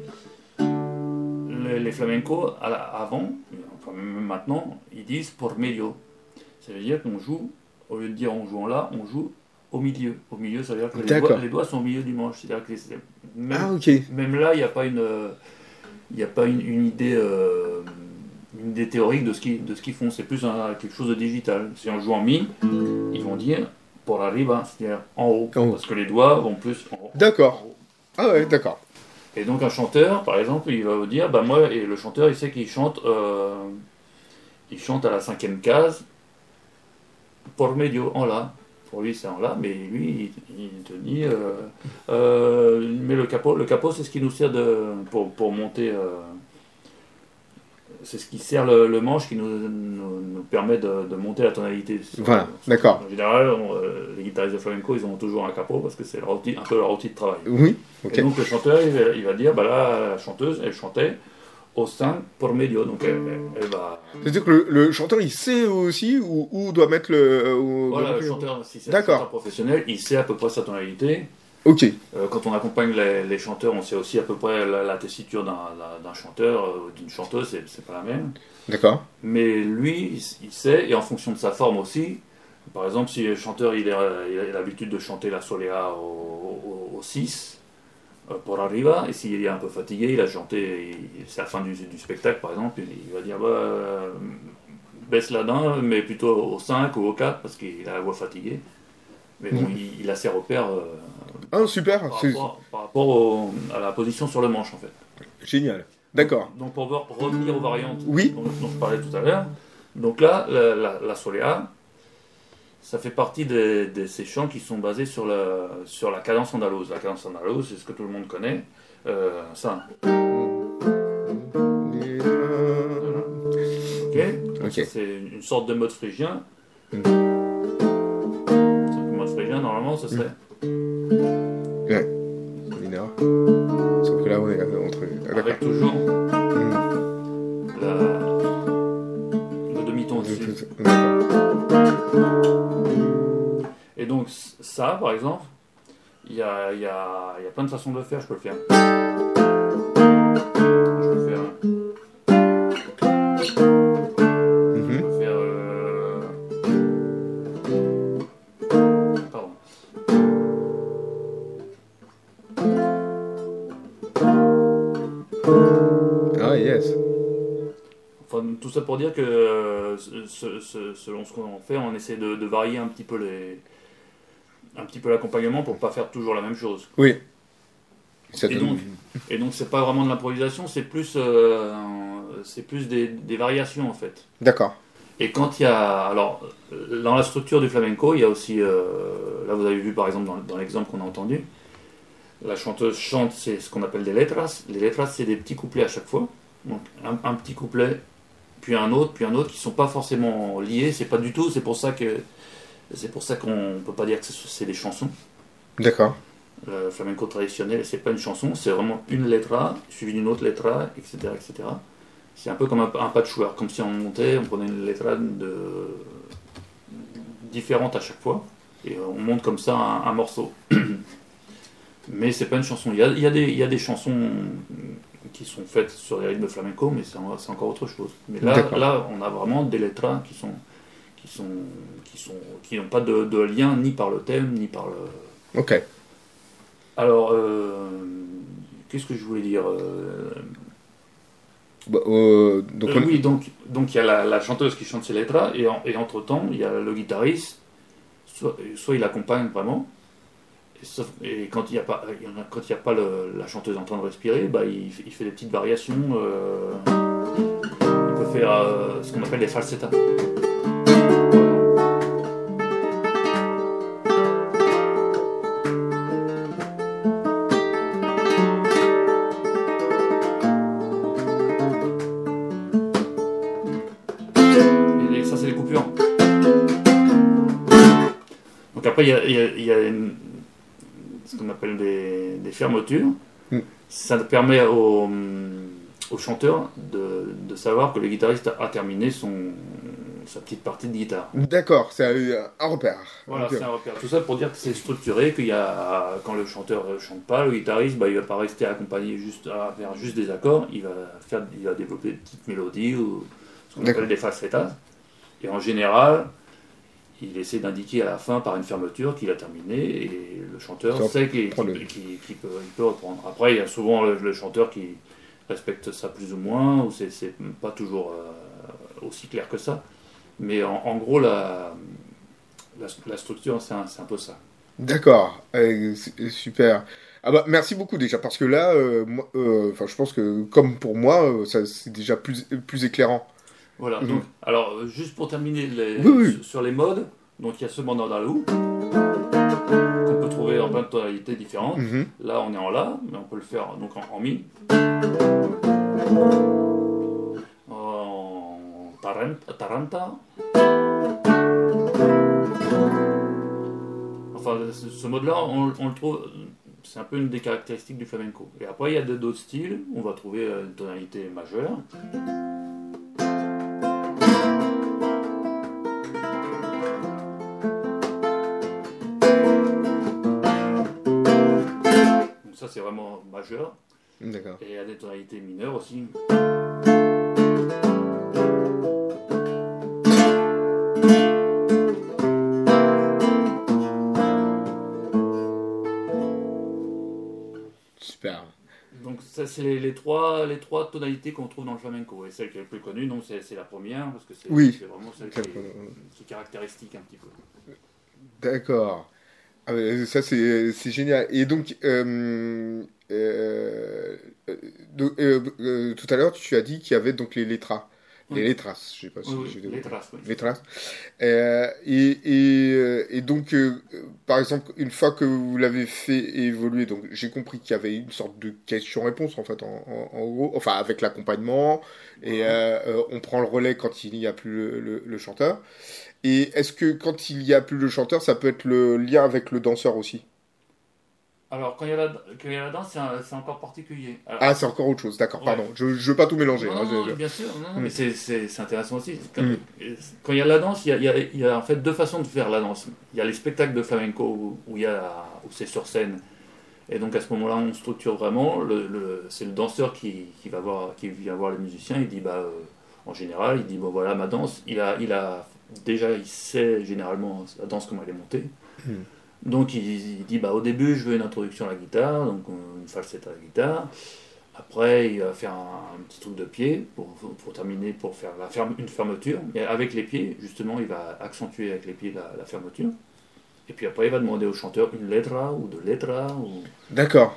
les, les flamencos, à la- avant, enfin même maintenant, ils disent por medio. Ça veut dire qu'on joue, au lieu de dire on joue en La, on joue au milieu. Au milieu, ça veut dire que les D'accord. doigts, les doigts sont au milieu du manche. C'est-à-dire que les- même, Ah, ok. même là, il n'y a pas une, euh, il n'y a pas une, une idée, euh, une idée théorique de ce qu'ils, de ce qu'ils font. C'est plus un- quelque chose de digital. Si on joue en mi, ils vont dire por arriba, c'est-à-dire en haut, En haut. parce que les doigts vont plus en haut. D'accord. En haut. Ah ouais, d'accord. Et donc un chanteur, par exemple, il va vous dire, bah moi, et le chanteur, il sait qu'il chante, euh, il chante à la cinquième case, por medio, en la. Pour lui, c'est en la, mais lui, il, il te dit, euh, euh, mais le capot, le capot, c'est ce qui nous sert de, pour, pour monter, euh, c'est ce qui sert le, le manche qui nous, nous, nous permet de, de monter la tonalité. Voilà, d'accord. En général, on, euh, les guitaristes de flamenco, ils ont toujours un capot parce que c'est leur outil, un peu leur outil de travail. Oui, ok. Et donc le chanteur, il va, il va dire, bah là, la chanteuse, elle chantait au cinq por medio, donc elle, elle, elle va... C'est-à-dire que le, le chanteur, il sait aussi où, où doit mettre le... où doit Voilà, mettre le le- chanteur, si c'est un D'accord. chanteur professionnel, il sait à peu près sa tonalité. Ok. Euh, quand on accompagne les, les chanteurs, on sait aussi à peu près la, la tessiture d'un, d'un- d'un chanteur, euh, d'une chanteuse, c'est, c'est pas la même. D'accord. Mais lui, il, il sait, et en fonction de sa forme aussi, par exemple, si le chanteur il, est, il a l'habitude de chanter la solea au, au, au six, euh, por arriba, et s'il est un peu fatigué, il a chanté, il- c'est la fin du, du spectacle par exemple, il, il va dire bah, euh, baisse la d'un, mais plutôt au cinq ou au quatre, parce qu'il a la voix fatiguée. Mais bon, Mhm. il, il a ses repères euh, Ah, super. par C'est rapport, par rapport au- à la position sur le manche en fait. génial. D'accord. Donc pour voir- revenir aux variantes Oui. dont, dont je parlais tout à l'heure, donc là, la, la, la solea, ça fait partie de, de ces chants qui sont basés sur la, sur la cadence andalouse. La cadence andalouse, c'est ce que tout le monde connaît. Euh, ça. Ok. Donc Ok. ça, c'est une une sorte de mode phrygien. Mm. Le mode phrygien, normalement, ce serait. Ouais. Mineur. Sauf que là, on est entre... Ah, Avec d'accord. toujours Hmm. la, le demi-ton dessus. D'accord. Et donc, c- ça, par exemple, il y a, il y, a, il y a plein de façons de le faire. Je peux le faire. Je peux le faire. Je Mhm. peux faire. euh, Pardon. Ah, yes. Enfin, tout ça pour dire que euh, ce- ce- selon ce qu'on fait, on essaie de, de varier un petit peu les, un petit peu l'accompagnement pour pas faire toujours la même chose. Oui. Ça Et donne- donc, et donc c'est pas vraiment de l'improvisation, c'est plus, euh, c'est plus des, des variations en fait. D'accord. Et quand il y a, alors dans la structure du flamenco, il y a aussi, euh, là vous avez vu par exemple dans, dans l'exemple qu'on a entendu, la chanteuse chante, c'est ce qu'on appelle des letras. Les letras, c'est des petits couplets à chaque fois. Donc un, un petit couplet, puis un autre, puis un autre, qui sont pas forcément liés. C'est pas du tout. C'est pour ça que, c'est pour ça qu'on peut pas dire que c'est, c'est des chansons. D'accord. Le flamenco traditionnel, c'est pas une chanson, c'est vraiment une letra suivie d'une autre letra, et cetera, et cetera. C'est un peu comme un, un patchwork, comme si on montait, on prenait une letra de... différente à chaque fois, et on monte comme ça un, un morceau. Mais c'est pas une chanson. Il y a, il y a des, il y a des chansons qui sont faites sur les rythmes de flamenco, mais c'est, en- c'est encore autre chose. Mais là, D'accord. là, on a vraiment des letras qui sont, qui sont, qui sont, qui n'ont pas de, de lien ni par le thème ni par le. Ok. Alors, euh, qu'est-ce que je voulais dire euh, Bah, euh, donc euh, on- Oui, donc donc il y a la, la chanteuse qui chante ses lettres, et, en- et entre-temps, il y a le guitariste, soit, soit il accompagne vraiment, et, sauf- et quand il n'y a pas, il y en a- quand il y a pas le- la chanteuse en train de respirer, bah, il, il fait des petites variations. euh, il peut faire euh, ce qu'on appelle des falsettas. Et, et ça, c'est les coupures. Donc après, il y a, il y a- il y a une- ce qu'on appelle des, des fermetures. Mm. Ça permet au, au chanteur de, de savoir que le guitariste a, a terminé son, sa petite partie de guitare. D'accord, c'est un, un repère. Voilà, Ok. c'est un repère. Tout ça pour dire que c'est structuré, qu'il y a, quand le chanteur ne chante pas, le guitariste, bah, il ne va pas rester accompagné juste à faire juste des accords, il va, faire, il va développer des petites mélodies ou ce qu'on D'accord. appelle des falsettas. Et en général, il essaie d'indiquer à la fin par une fermeture qu'il a terminé et le chanteur Ça, sait qu'il, qu'il, le... qu'il, qu'il peut, il peut reprendre. Après, il y a souvent le, le chanteur qui respecte ça plus ou moins, ou c'est, c'est pas toujours euh, aussi clair que ça. Mais en, en gros, la, la, la structure, c'est un, c'est un peu ça. D'accord, euh, super. Ah bah, merci beaucoup déjà, parce que là, euh, moi, euh, je pense que comme pour moi, euh, ça, c'est déjà plus, plus éclairant. Voilà, Mmh. donc, alors juste pour terminer les, Oui, oui. sur, sur les modes, donc il y a ce mode en la ou qu'on peut trouver en plein de tonalités différentes. Mmh. Là on est en la, mais on peut le faire donc en, en mi, en taranta, taranta. Enfin ce, ce mode-là, on, on le trouve, c'est un peu une des caractéristiques du flamenco. Et après il y a d'autres styles, on va trouver une tonalité majeure. Ça c'est vraiment majeur. D'accord. Et il y a des tonalités mineures aussi. Super. Donc ça c'est les, les, trois, les trois tonalités qu'on trouve dans le flamenco. Et celle qui est la plus connue, donc c'est, c'est la première, parce que c'est, Oui. c'est vraiment celle qui est, qui est caractéristique un petit peu. D'accord. Ah, mais ça, c'est, c'est génial. Et donc, euh, euh, donc, euh, euh, tout à l'heure, tu as dit qu'il y avait donc les letras. Oui. Les letras, je sais pas si Oui, j'ai oui, les traces, oui. Les traces. Euh, et, et, et donc, euh, par exemple, une fois que vous l'avez fait évoluer, donc j'ai compris qu'il y avait une sorte de question-réponse, en fait, en, en, en gros, enfin, avec l'accompagnement, et Ouais. euh, on prend le relais quand il n'y a plus le, le, le chanteur. Et est-ce que quand il n'y a plus le chanteur, ça peut être le lien avec le danseur aussi? Alors quand il y a la, quand il y a la danse, c'est, un, c'est encore particulier. Alors, Ah, c'est encore autre chose, d'accord, Ouais. pardon. Je ne veux pas tout mélanger. non, hein, non, je- non, bien sûr, non, non, Mm. mais c'est, c'est, c'est intéressant aussi. Quand, Mm. quand il y a la danse, il y a, il y, a, il y a en fait deux façons de faire la danse. Il y a les spectacles de flamenco où, où, il y a, où c'est sur scène. Et donc à ce moment-là, on structure vraiment. Le, le, c'est le danseur qui, qui, va voir, qui vient voir le musicien. Il dit, bah, euh, en général, il dit, bon voilà ma danse. Il a, il a déjà, il sait généralement la danse comment elle est montée. Mm. Donc il, il dit, bah, au début, je veux une introduction à la guitare, donc une falsette à la guitare. Après, il va faire un, un petit truc de pied pour, pour terminer, pour faire la ferme, une fermeture. Et avec les pieds, justement, il va accentuer avec les pieds la, la fermeture. Et puis après, il va demander au chanteur une letra ou deux letras. Ou... D'accord.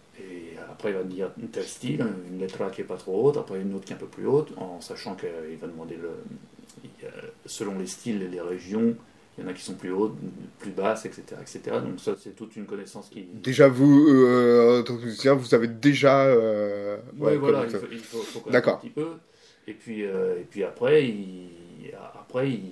Et après, il va dire un tel style, une letra qui n'est pas trop haute, après une autre qui est un peu plus haute, en sachant qu'il va demander, le, il, selon les styles et les régions, il y en a qui sont plus hautes, plus basses, et cetera, et cetera. Donc ça, c'est toute une connaissance qui... Déjà, vous, euh, en tant que musicien, vous avez déjà... Euh, Oui, ouais, voilà, comment il ça- faut, il faut, faut connaître D'accord. un petit peu. Et puis, euh, et puis après, il, après il,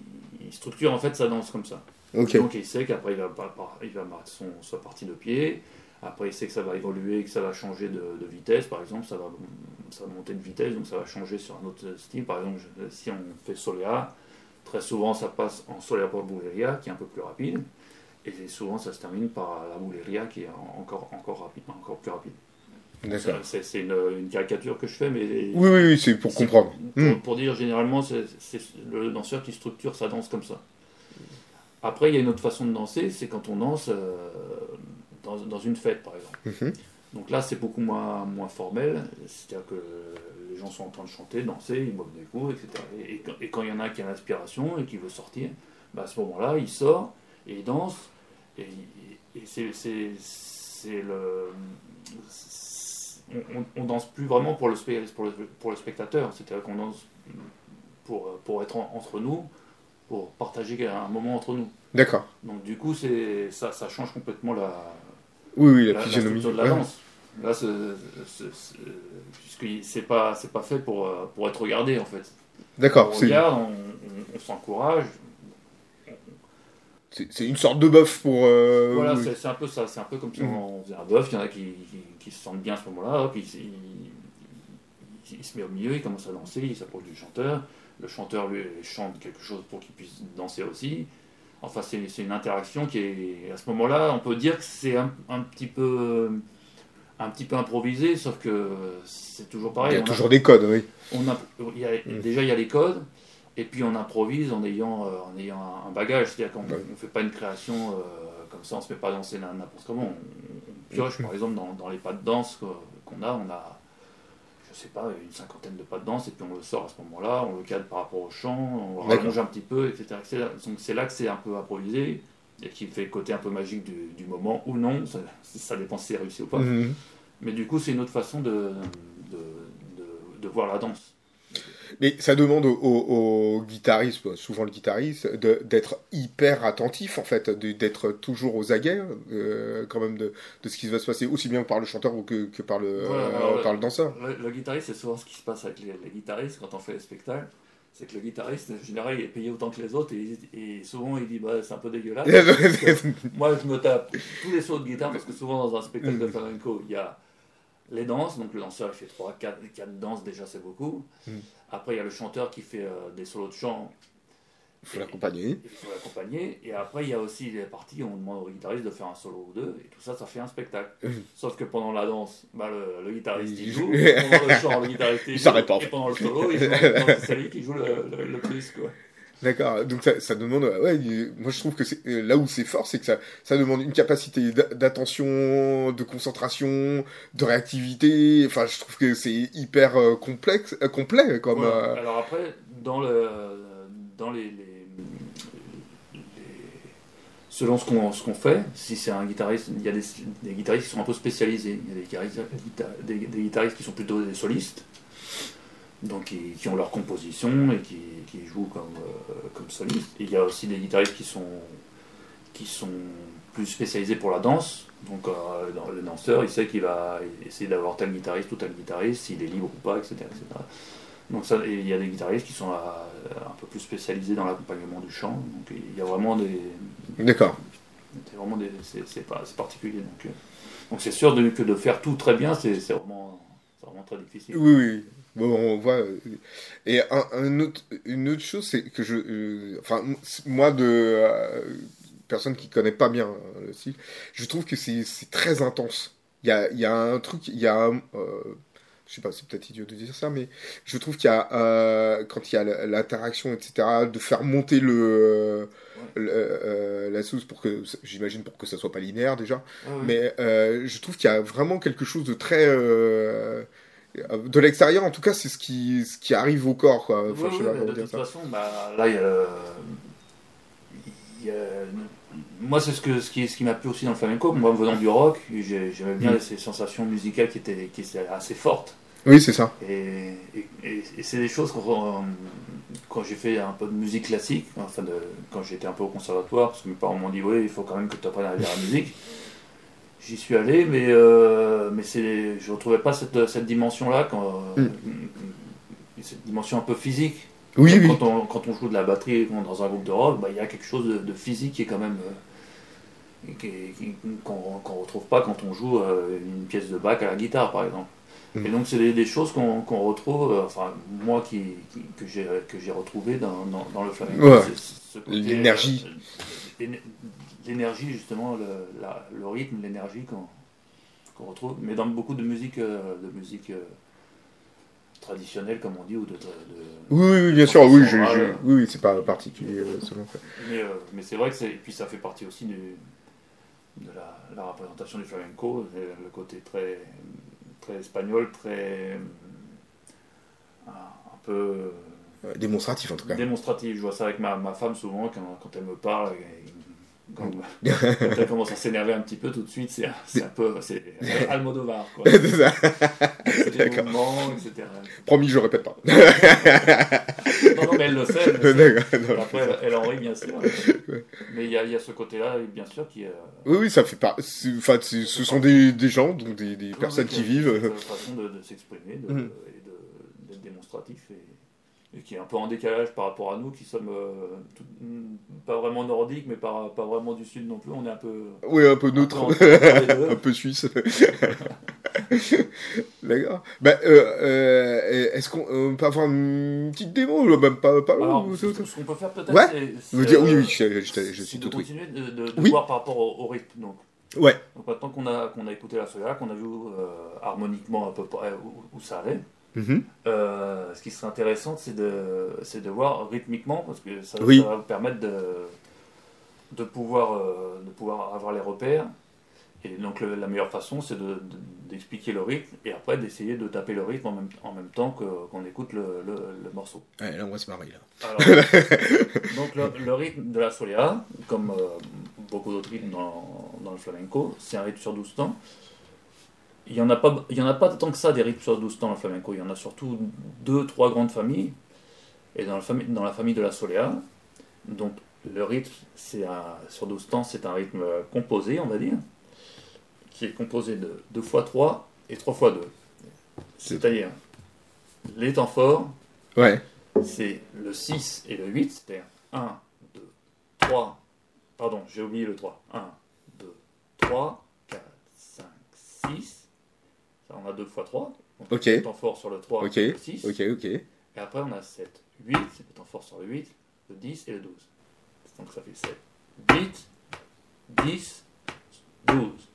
il structure en fait sa danse comme ça. Ok. Donc il sait qu'après, il va, par- par- il va marquer son, sa partie de pied. Après, il sait que ça va évoluer, que ça va changer de, de vitesse. Par exemple, ça va, ça va monter de vitesse, donc ça va changer sur un autre style. Par exemple, je- si on fait Soleá, très souvent ça passe en Soleá por Bulería, qui est un peu plus rapide. Et souvent ça se termine par la Bulería, qui est encore, encore, rapide, encore plus rapide. D'accord. C'est, c'est une, une caricature que je fais, mais Oui, oui, oui, c'est pour c'est- comprendre. Pour, Hmm. pour dire, généralement, c'est, c'est le danseur qui structure sa danse comme ça. Après, il y a une autre façon de danser, c'est quand on danse euh, dans, dans une fête, par exemple. Mhm. Donc là, c'est beaucoup moins, moins formel, c'est-à-dire que les gens sont en train de chanter, danser, ils boivent des coups, et cetera. Et, et quand- et quand il y en a qui a l'inspiration et qui veut sortir, bah, à ce moment-là, il sort et il danse. Et, et c'est, c'est, c'est le... c'est- on, on, on danse plus vraiment pour le, spect- pour le, pour le spectateur, c'est-à-dire qu'on danse pour, pour être en- entre nous, pour partager un moment entre nous. D'accord. Donc du coup, c'est, ça, ça change complètement la, Oui, oui, la, la, la physionomie. structure de la Ouais. danse. Là, c'est, c'est, c'est, puisque c'est pas, c'est pas fait pour, euh, pour être regardé en fait. D'accord. On C'est, regarde, on, on, on s'encourage. c'est, c'est une sorte de bœuf pour... euh, Voilà, oui. c'est, c'est un peu ça. C'est un peu comme si Mhm. on faisait un bœuf. Il y en a qui, qui, qui se sentent bien à ce moment-là. Hop, il, il, il- il se met au milieu, il commence à danser, il s'approche du chanteur. Le chanteur lui chante quelque chose pour qu'il puisse danser aussi. Enfin, c'est, c'est une interaction qui est, à ce moment-là, on peut dire que c'est un, un petit peu, un petit peu improvisé, sauf que c'est toujours pareil. Il y a On toujours des codes, oui. on a, il y a- Mm. Déjà, il y a les codes. Et puis on improvise en ayant, euh, en ayant un, un bagage, c'est-à-dire qu'on Ouais. ne fait pas une création euh, comme ça, on ne se met pas à danser n'importe comment. On, on pioche, par exemple, dans, dans les pas de danse qu'on a, on a, je sais pas, une cinquantaine de pas de danse, et puis on le sort à ce moment-là, on le cadre par rapport au chant, on D'accord. rallonge un petit peu, et cetera, et cetera. Donc c'est là que c'est un peu improvisé, et qui fait le côté un peu magique du, du moment, ou non, ça, ça dépend si c'est réussi ou pas. Mhm. Mais du coup, c'est une autre façon de, de, de, de voir la danse. Mais ça demande au, au, au guitariste, souvent le guitariste, de- d'être hyper attentif en fait, de- d'être toujours aux aguets euh, quand même de, de ce qui va se passer, aussi bien par le chanteur ou que, que par, le, Voilà, euh, alors, par le danseur. Le, le guitariste, c'est souvent ce qui se passe avec les, les guitaristes quand on fait les spectacles. C'est que le guitariste, en général, il est payé autant que les autres et, et souvent il dit bah, c'est un peu dégueulasse. Parce que moi, je me tape tous les sauts de guitare parce que souvent dans un spectacle de flamenco, il y a les danses. Donc le danseur, il fait trois quatre danses, déjà c'est beaucoup. Mm. Après, il y a le chanteur qui fait euh, des solos de chant. Il faut l'accompagner. Il faut l'accompagner. Et après, il y a aussi les parties où on demande au guitariste de faire un solo ou deux. Et tout ça, ça fait un spectacle. Sauf que pendant la danse, bah, le, le guitariste il Il joue. joue. Pendant le chant, le guitariste il, Il joue. s'arrête pas. Et pendant le solo, il joue. Donc, c'est lui qui joue le, le, le plus, quoi. D'accord, donc ça, ça demande, ouais, il- moi je trouve que c'est euh, là où c'est fort, c'est que ça, ça demande une capacité d'a- d'attention, de concentration, de réactivité. Enfin, je trouve que c'est hyper euh, complexe, euh, complet comme. Voilà. euh, Alors après, dans, le, dans les, les, les- selon ce qu'on ce qu'on fait, si c'est un guitariste, il y a des, des guitaristes qui sont un peu spécialisés. Il y a des guitaristes, des, des guitaristes qui sont plutôt des solistes, donc qui, qui ont leur composition et qui, qui jouent comme, euh, comme solistes. Et il y a aussi des guitaristes qui sont, qui sont plus spécialisés pour la danse. Donc euh, dans- le danseur, il sait qu'il va essayer d'avoir tel guitariste ou tel guitariste, s'il est libre ou pas, et cetera et cetera. Donc ça, et il y a des guitaristes qui sont euh, un peu plus spécialisés dans l'accompagnement du chant. Donc il y a vraiment des... D'accord. C'est vraiment des... C'est, c'est pas, c'est particulier. Donc, euh, donc c'est sûr de, que de faire tout très bien, c'est, c'est, vraiment, c'est vraiment très difficile. Oui, oui. Bon, on voit. euh, Et un, un autre, une autre chose, c'est que je, euh, enfin, m- moi de euh, personne qui connaît pas bien euh, le style, je trouve que c'est c'est très intense. Il y a, il y a un truc, il y a, un, euh, je sais pas, c'est peut-être idiot de dire ça, mais je trouve qu'il y a euh, quand il y a la- l'interaction, et cetera, de faire monter le, le, euh, la sauce pour que, j'imagine pour que ça soit pas linéaire déjà, Ouais, ouais. mais euh, je trouve qu'il y a vraiment quelque chose de très euh, de l'extérieur, en tout cas, c'est ce qui, ce qui arrive au corps, quoi. Enfin, Ouais, je sais ouais, pas mais comment de dire toute ça. façon, bah, là, il y a, le- il y a- moi, c'est ce, que, ce qui, ce qui m'a plu aussi dans le flamenco. Moi, venant du rock, j'ai- j'aimais bien Mm. ces sensations musicales qui étaient, qui étaient assez fortes. Oui, c'est ça. Et, et, et- et c'est des choses quand, quand j'ai fait un peu de musique classique, enfin de, quand j'étais un peu au conservatoire, parce que mes parents m'ont dit oui, il faut quand même que tu apprennes à lire la musique. J'y suis allé, mais, euh, mais c'est, je ne retrouvais pas cette, cette dimension-là, quand, Mm. cette dimension un peu physique. Oui, Comme oui. Quand, on, quand on joue de la batterie dans un groupe de rock, bah, il y a quelque chose de, de physique qui est quand même euh, qui est- qui- qu'on qu'on retrouve pas quand on joue euh, une pièce de Bach à la guitare, par exemple. Mm. Et donc c'est des, des choses qu'on qu'on retrouve, euh, enfin moi qui, qui- que j'ai que j'ai retrouvé dans, dans, dans le flamenco. Ouais. C'est ce côté, L'énergie. euh, l'éner- l'énergie justement, le, la- le rythme, l'énergie qu'on qu'on retrouve, mais dans beaucoup de musique, euh, de musique euh, traditionnelle comme on dit, ou de, de, de- Oui, oui, oui, bien sûr. Oui, je, je- Ouais. oui, oui, c'est pas particulier euh, selon fait. Mais, euh, mais c'est vrai que c'est, et puis ça fait partie aussi du, de la, la représentation du flamenco, le le côté très, très espagnol, très un, un peu Euh, Démonstratif, en tout cas. démonstratif. Je vois ça avec ma, ma femme souvent quand, quand elle me parle. et- Quand, quand elle commence à s'énerver un petit peu, tout de suite, c'est, c'est un peu c'est Almodovar, quoi. C'est ça. C'est des D'accord. mouvements, et cetera. Promis, je répète pas. Non, non, mais elle le sait. Elle le sait. D'accord. non, Après, elle, elle en rit, bien sûr. Mais il y a, il y a ce côté-là, et bien sûr, qui est... Oui, oui, ça fait pas. c'est- Enfin, c'est- ce sont des, des gens, donc des, des personnes qui vivent. Une façon de, de s'exprimer de, Mm. et de, d'être démonstratif et, et qui est un peu en décalage par rapport à nous qui sommes euh, tout- pas vraiment nordiques mais pas, pas vraiment du sud non plus. On est un peu. Oui, un peu neutre. Un peu entre les deux. Un peu suisse. D'accord. Bah, euh, euh, est-ce qu'on euh, peut avoir une petite démo là, même pas, pas Alors, ou- ce, ce qu'on peut faire peut-être, Ouais. c'est, Je veux dire, oui, euh, oui, je, je, je, je c'est suis de tout oui. continuer de, de, de Oui. voir par rapport au, au rythme. Donc, Ouais. donc maintenant qu'on a, qu'on a écouté la soya, qu'on a vu euh, harmoniquement à peu près où, où ça allait, Mhm. Euh, ce qui serait intéressant, c'est de, c'est de voir rythmiquement, parce que ça, Oui. ça va vous permettre de, de, pouvoir, euh, de pouvoir avoir les repères. Et donc le- la meilleure façon, c'est de, de- d'expliquer le rythme et après d'essayer de taper le rythme en même, en même temps que, qu'on écoute le, le, le morceau. Ouais, là, on va se marrer, là. Alors, donc le, le rythme de la solea, comme euh, beaucoup d'autres rythmes dans, dans le flamenco, c'est un rythme sur douze temps. Il n'y en, a pas- il y en a pas tant que ça des rythmes sur douze temps dans le flamenco, il y en a surtout deux, trois grandes familles. Et dans, le fami- dans la famille de la solea, donc le rythme c'est un, sur douze temps, c'est un rythme euh, composé, on va dire, qui est composé de deux fois trois et trois fois deux. C'est-à-dire, les temps forts, Ouais. c'est le six et le huit, c'est-à-dire un, deux, trois, pardon, j'ai oublié le trois, un, deux, trois, quatre, cinq, six, ça on a deux fois trois, donc Ok. le temps fort sur le trois Ok. et le six, Ok, ok. et après on a sept, huit, le temps fort sur le huit, le dix et le douze. Donc ça fait sept, huit, dix, douze.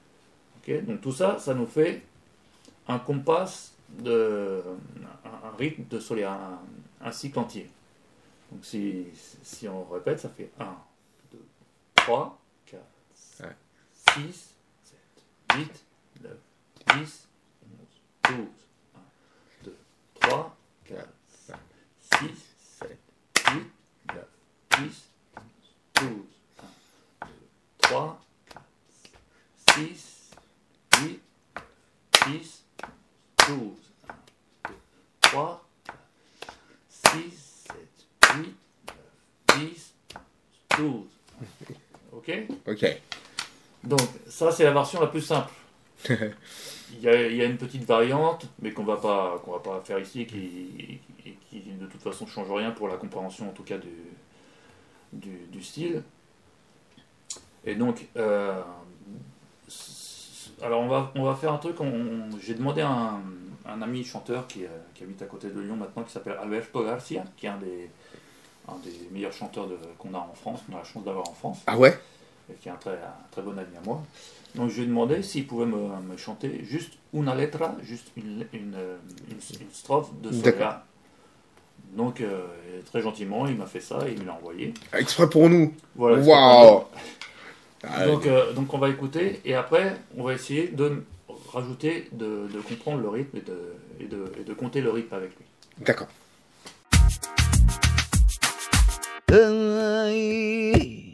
Ok, donc tout ça, ça nous fait un compas, de, un, un rythme de soleil, un, un cycle entier. Donc si, si on répète, ça fait un, deux, trois, quatre, cinq, Ouais. six, sept, huit, neuf, dix, onze, douze. un, deux, trois, quatre, cinq, six, sept, huit, neuf, dix, onze, douze. un, deux, trois, quatre, six, huit, dix, douze. un, deux, trois, quatre, six, sept, huit, neuf, dix, douze. Ok? Ok. Donc, ça, c'est la version la plus simple. Il y a, il y a une petite variante, mais qu'on va pas, qu'on va pas faire ici, qui, qui, qui, de toute façon change rien pour la compréhension, en tout cas, du, du, du style. Et donc, euh, alors on va, on va faire un truc. On, j'ai demandé à un, un ami chanteur qui, euh, qui habite à côté de Lyon maintenant, qui s'appelle Alberto Garcia, qui est un des, un des meilleurs chanteurs de, qu'on a en France, qu'on a la chance d'avoir en France, Ah ouais? et qui est un très, un très bon ami à moi. Donc je lui ai demandé s'il pouvait me, me chanter juste una letra, juste une, une, une, une strophe de D'accord. Soledad. Donc euh, très gentiment, il m'a fait ça et il me l'a envoyé. Exprès pour nous. Voilà. Waouh! Ah, Donc, euh, donc on va écouter et après on va essayer de rajouter, de, de comprendre le rythme et de, et, de, et de compter le rythme avec lui. D'accord. Ay.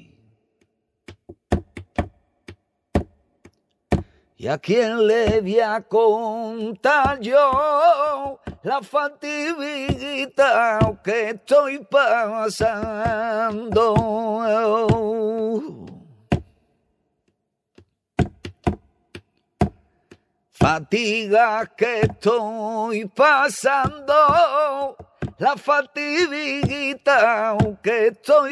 ¿Y a quién le voy a contar yo la fatiguita que estoy pasando? Fatiga que estoy pasando, la fatiguita que estoy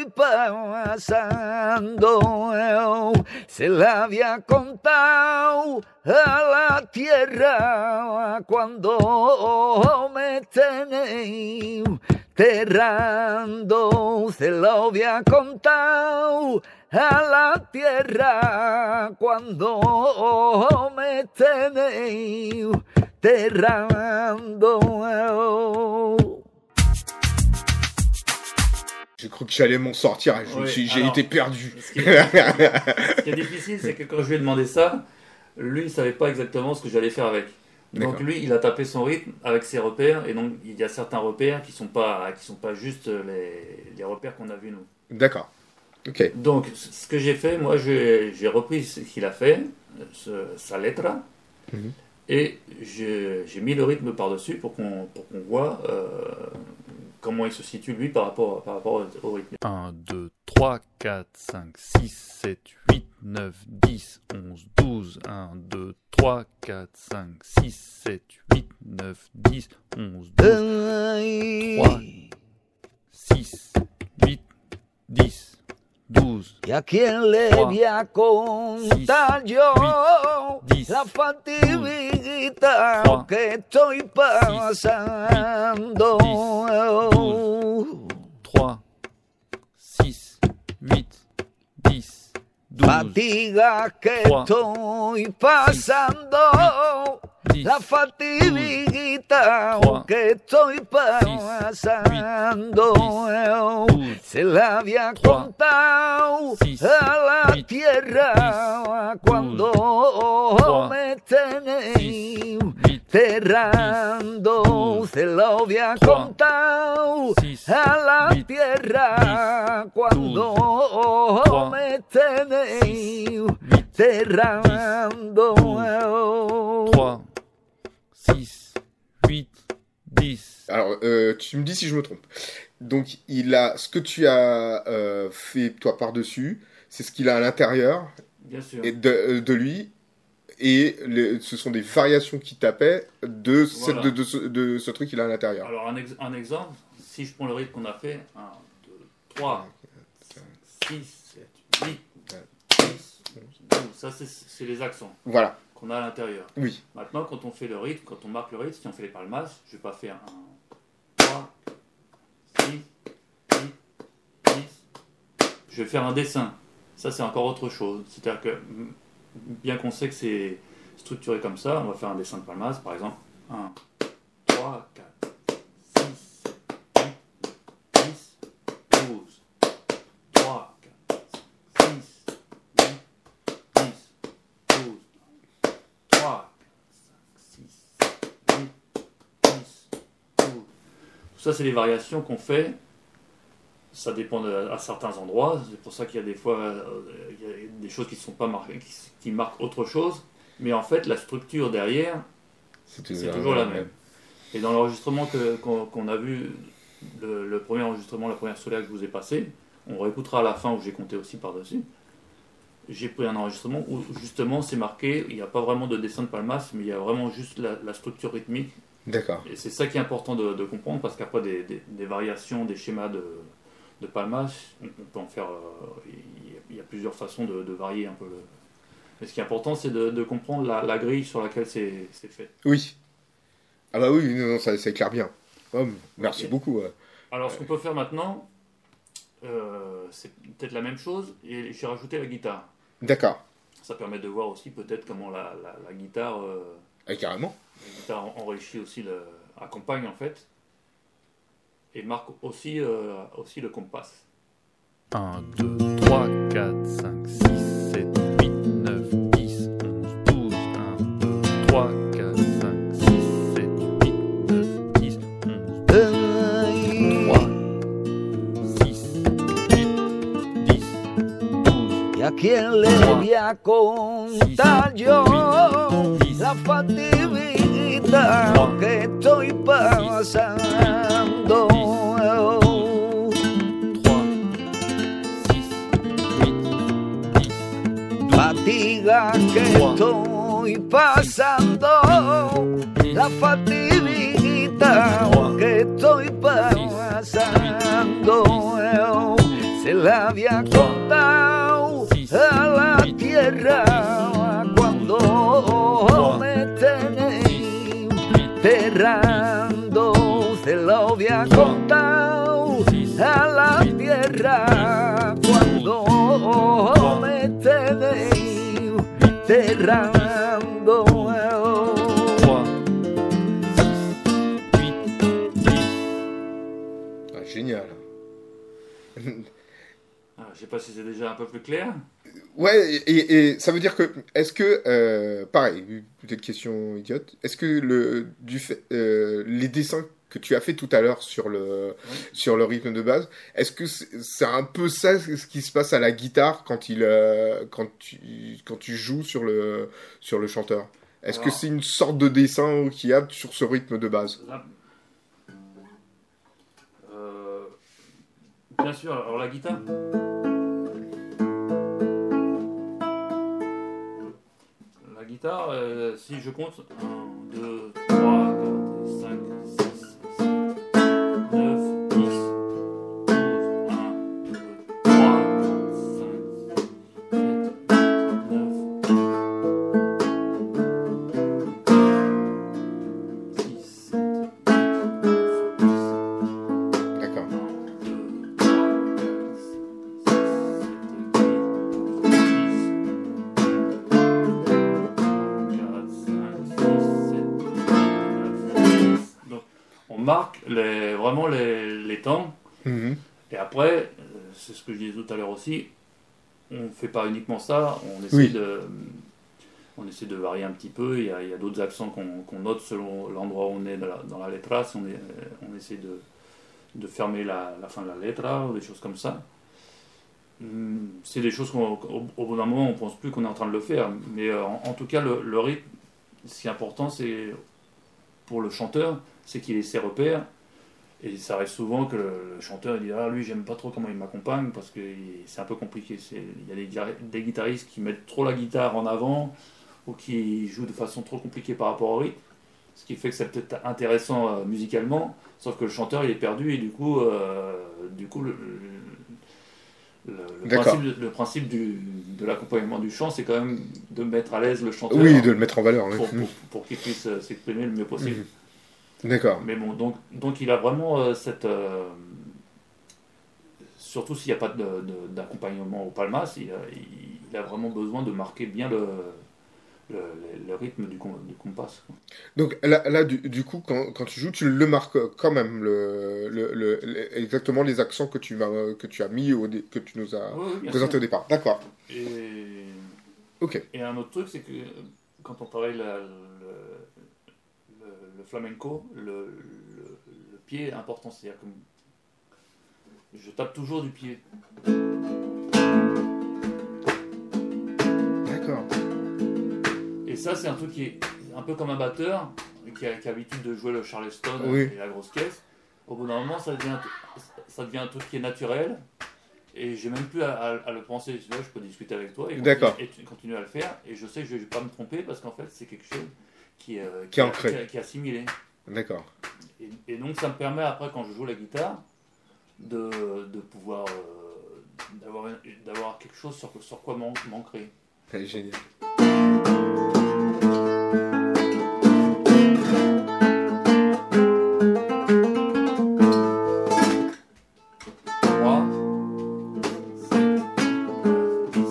pasando, se la había contado a la tierra cuando me tenéis enterrando, se la había contado a la tierra cuando me tenéis enterrando. J'ai cru que j'allais m'en sortir, je me Oui, suis- j'ai alors, été perdu. Ce qui est, ce qui est difficile, c'est que quand je lui ai demandé ça, lui, il ne savait pas exactement ce que j'allais faire avec. Donc D'accord. lui, il a tapé son rythme avec ses repères, et donc il y a certains repères qui ne sont, pas- qui sont pas juste les, les repères qu'on a vus nous. D'accord. Ok. Donc ce que j'ai fait, moi, j'ai j'ai repris ce qu'il a fait, ce- sa letra, Mhm. et j'ai j'ai mis le rythme par-dessus pour qu'on pour qu'on voit euh, comment il se situe lui par rapport, par rapport au rythme. un, deux, trois, quatre, cinq, six, sept, huit, neuf, dix, onze, douze. un, deux, trois, quatre, cinq, six, sept, huit, neuf, dix, onze, douze, trois, six, huit, dix, douze. ¿Y a quién le Trois, voy a contar six, yo huit, dix, la fatiguita trois, que estoy six, pasando? douze, trois, six, huit, dix, douze, Fatiga que trois, estoy pasando, la fatiguita que estoy pasando se la había contado a la tierra cuando me tenéis cerrando, se lo había contado a la tierra cuando me tenéis cerrando. trois, six, huit, dix. Alors, euh, tu me dis si je me trompe. Donc, il a ce que tu as euh, fait toi par-dessus, c'est ce qu'il a à l'intérieur Bien sûr. et de, de lui, et les, ce sont des variations qui tapaient de, Voilà. cette, de, de, ce, de ce truc qu'il a à l'intérieur. Alors, un, ex- un exemple, si je prends le rythme qu'on a fait, un, deux, trois, six, sept, huit, dix, douze, ça c'est, c'est les accents Voilà, qu'on a à l'intérieur. oui. Maintenant, quand on fait le rythme, quand on marque le rythme, si on fait les palmas, je vais pas faire un, trois, six, huit, dix. Je vais faire un dessin. Ça, c'est encore autre chose. C'est-à-dire que, bien qu'on sait que c'est structuré comme ça, on va faire un dessin de palmas, par exemple, un, trois, quatre, six, sept, huit, dix, douze, trois, quatre, six, huit, dix, douze, trois, six, huit, dix, douze. Tout ça, c'est les variations qu'on fait. Ça dépend de, à certains endroits. C'est pour ça qu'il y a des fois euh, il y a des choses qui ne sont pas marquées, qui, qui marquent autre chose. Mais en fait, la structure derrière, c'est toujours la même. Et dans l'enregistrement que, qu'on, qu'on a vu, le, le premier enregistrement, la première solaire que je vous ai passé, on réécoutera à la fin où j'ai compté aussi par-dessus. J'ai pris un enregistrement où justement c'est marqué, il n'y a pas vraiment de dessin de palmas, mais il y a vraiment juste la, la structure rythmique. D'accord. Et c'est ça qui est important de, de comprendre, parce qu'après des, des, des variations, des schémas de, de palmas, on, on peut en faire. Euh, il, y a, il y a plusieurs façons de, de varier un peu le. Mais ce qui est important, c'est de, de comprendre la, la grille sur laquelle c'est, c'est fait. Oui. Ah bah oui, non, non, ça, ça éclaire bien. Oh, merci Ok. beaucoup. ouais. Alors, ce qu'on peut faire maintenant, euh, c'est peut-être la même chose, et j'ai rajouté la guitare. D'accord. Ça permet de voir aussi peut-être comment la, la, la guitare, euh, Ah, carrément. la guitare enrichie aussi le, accompagne en fait, et marque aussi, euh, aussi le compas. un, deux, trois, quatre, cinq, six, sept, huit, neuf, dix, onze, douze, un, deux, trois, quatre, cinq, six, sept, huit, neuf, dix, onze, trois, six, huit, dix, douze. ¿Y a quién le voy a contar yo la fatiguita que estoy pasando? Fatiga que estoy pasando, la fatiguita que estoy pasando, se la había contado a la tierra cuando me tenéis cerrando, se la había contado a la tierra cuando me tenéis cerrando. Ah, génial. Ah, je sais pas si c'est déjà un peu plus clair. Ouais, et, et ça veut dire que, est-ce que, euh, pareil, peut-être question idiote, est-ce que le, du fait, euh, les dessins que tu as fait tout à l'heure sur le, Oui. sur le rythme de base, est-ce que c'est, c'est un peu ça ce qui se passe à la guitare quand il, euh, quand tu, quand tu joues sur le, sur le chanteur? Est-ce que Alors- c'est une sorte de dessin qu'il y a sur ce rythme de base? Là, euh, bien sûr, alors la guitare. La guitare, euh, si je compte un, deux, trois, quatre, cinq, six, sept, neuf, dix, douze, un, deux, trois, quatre, cinq, sept, neuf, six, sept, D'accord. quatre, cinq, six, sept, marque les, vraiment les, les temps. Mhm. Et après, euh, c'est ce que je disais tout à l'heure aussi, on ne fait pas uniquement ça, on essaie, Oui. de, on essaie de varier un petit peu. Il y a, il y a d'autres accents qu'on qu'on note selon l'endroit où on est dans la, dans la letra. Si on, est, on essaie de, de fermer la, la fin de la letra ou des choses comme ça. Hum, C'est des choses qu'au au bout d'un moment, on ne pense plus qu'on est en train de le faire. Mais euh, en, en tout cas, le, le rythme, ce qui est important, c'est pour le chanteur, c'est qu'il ait ses repères. Et ça arrive souvent que le, le chanteur il dit ah lui j'aime pas trop comment il m'accompagne parce que il- c'est un peu compliqué. C'est- Il y a des, guita- des guitaristes qui mettent trop la guitare en avant ou qui jouent de façon trop compliquée par rapport au rythme, ce qui fait que c'est peut-être intéressant euh, musicalement, sauf que le chanteur il est perdu et du coup, euh, du coup le, le, le D'accord. principe, le principe du, de l'accompagnement du chant c'est quand même de mettre à l'aise le chanteur Oui, de le mettre en valeur. oui. pour, Mhm. pour, pour qu'il puisse euh, s'exprimer le mieux possible. D'accord. Mais bon, donc, donc il a vraiment euh, cette. euh, surtout s'il n'y a pas de- de- d'accompagnement au palmas, il a, il, il a vraiment besoin de marquer bien le, le, le- le rythme du, com- du compas. quoi. Donc là, là du, du coup, quand, quand tu joues, tu le marques quand même, le, le, le- le- exactement les accents que tu, m'as- que tu as mis, au dé- que tu nous as Oui, oui, bien présentés sûr. au départ. D'accord. Et, Ok. et un autre truc, c'est que quand on parlait la- le, le, le flamenco, le, le, le pied est important. C'est-à-dire que je tape toujours du pied. D'accord. Et ça, c'est un truc qui est un peu comme un batteur qui a, qui a l'habitude de jouer le charleston Oui. et la grosse caisse. Au bout d'un moment, ça devient, un t- ça devient un truc qui est naturel. Et j'ai même plus à, à- à le penser. Tu vois, je peux discuter avec toi et D'accord. continuer, et tu- continuer à le faire. Et je sais que je ne vais pas me tromper parce qu'en fait, c'est quelque chose qui, euh, Qui est a- ancré. qui a- qui est assimilé. D'accord. Et, et donc, ça me permet après, quand je joue la guitare, de, de pouvoir euh, d'avoir, une- d'avoir quelque chose sur, sur quoi m'an- m'ancrer. C'est génial. trois, sept, dix.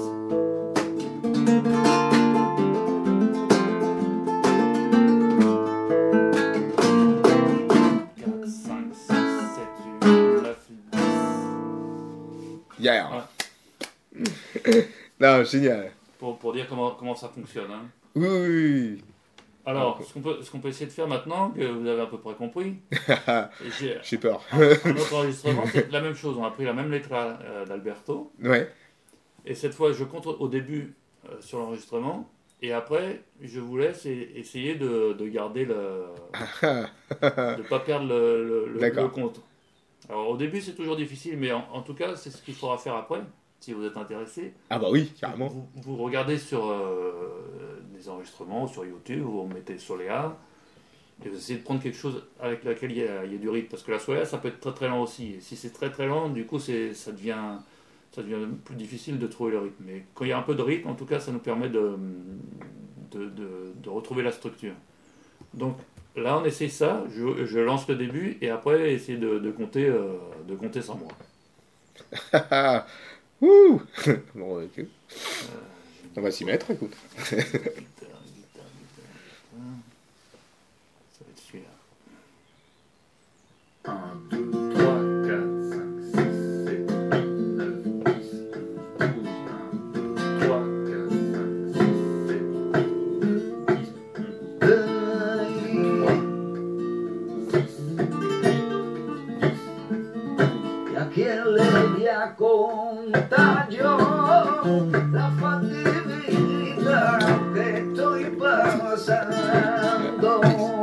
quatre, cinq, six, sept, huit, neuf, dix. Yeah. Ouais. Non, génial. Pour, pour dire comment, comment ça fonctionne. hein. Oui, oui, Alors, Ah, ok. ce qu'on peut, ce qu'on peut essayer de faire maintenant, que vous avez à peu près compris, oui. j'ai J'ai peur. un autre enregistrement, c'est la même chose. On a pris la même lettre euh, d'Alberto. Ouais. Et cette fois, je compte au début euh, sur l'enregistrement. Et après, je vous laisse e- essayer de, de garder le. de ne pas perdre le, le, le- D'accord. le compte. Alors, au début, c'est toujours difficile, mais en, en tout cas, c'est ce qu'il faudra faire après, si vous êtes intéressé. Ah bah oui, carrément. Vous, vous regardez sur euh, des enregistrements, sur YouTube, vous vous mettez sur les A, et vous essayez de prendre quelque chose avec laquelle il y a, il y a du rythme. Parce que la soleil, ça peut être très très lent aussi. Et si c'est très très lent, du coup, c'est, ça, devient, ça devient plus difficile de trouver le rythme. Mais quand il y a un peu de rythme, en tout cas, ça nous permet de, de, de, de retrouver la structure. Donc là, on essaye ça, je, je lance le début, et après, essayer de, de, compter, euh, de compter sans moi. Ouh. Bon, ok. On va s'y mettre, écoute. Guitare, guitare, guitare, guitare. Ça va être celui-là. un, deux, trois, quatre, cinq, six, sept, huit, neuf, dix, douze, un, deux, trois, quatre, cinq, six, sept, huit, neuf, dix, Y a quien le voy a contar yo la fastidia que estoy pasando.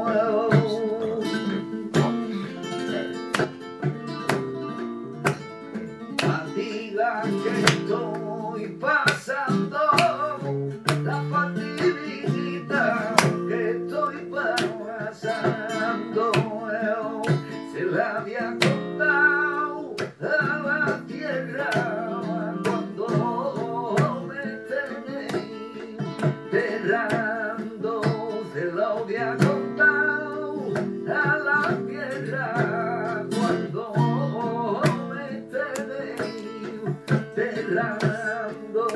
Fatiga que estoy pasando, la fastidia que estoy pasando. Se la había contado a la tierra cuando me tenéis enterrando. Se la había contado a la tierra cuando me tenéis enterrando.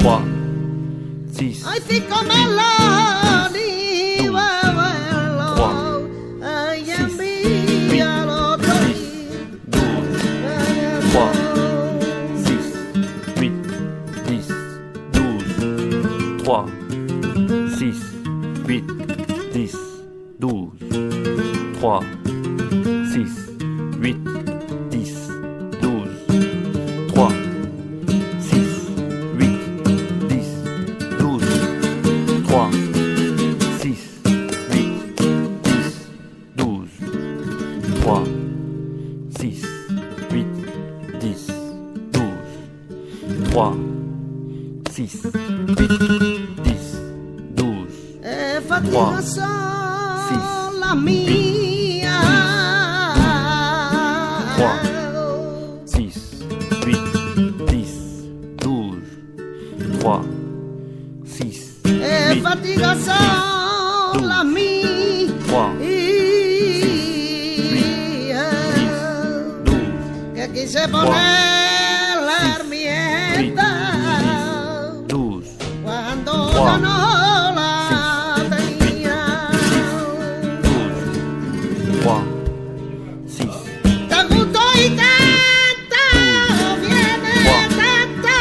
trois, six, Ay, cinco melody, trois, ay, six, envíalo otro douze, trois, six, huit, dix, douze, trois, six, huit, dix, douze, trois, six, huit, dix, douze, trois, six, huit, dix, douze, trois, six, huit, dix, douze, trois, six, huit, dix, douze, trois, six, huit, dix, douze, Eh, fatiga son la mía. trois, six, huit, dix, douze, trois, six, Eh, huit, fatiga son la mía. trois, douze, Que quise poner la herramienta douze, cuando Trois. ya no la tenía. douze, trois, six, Te gustó y tanto, viene Trois. tanto.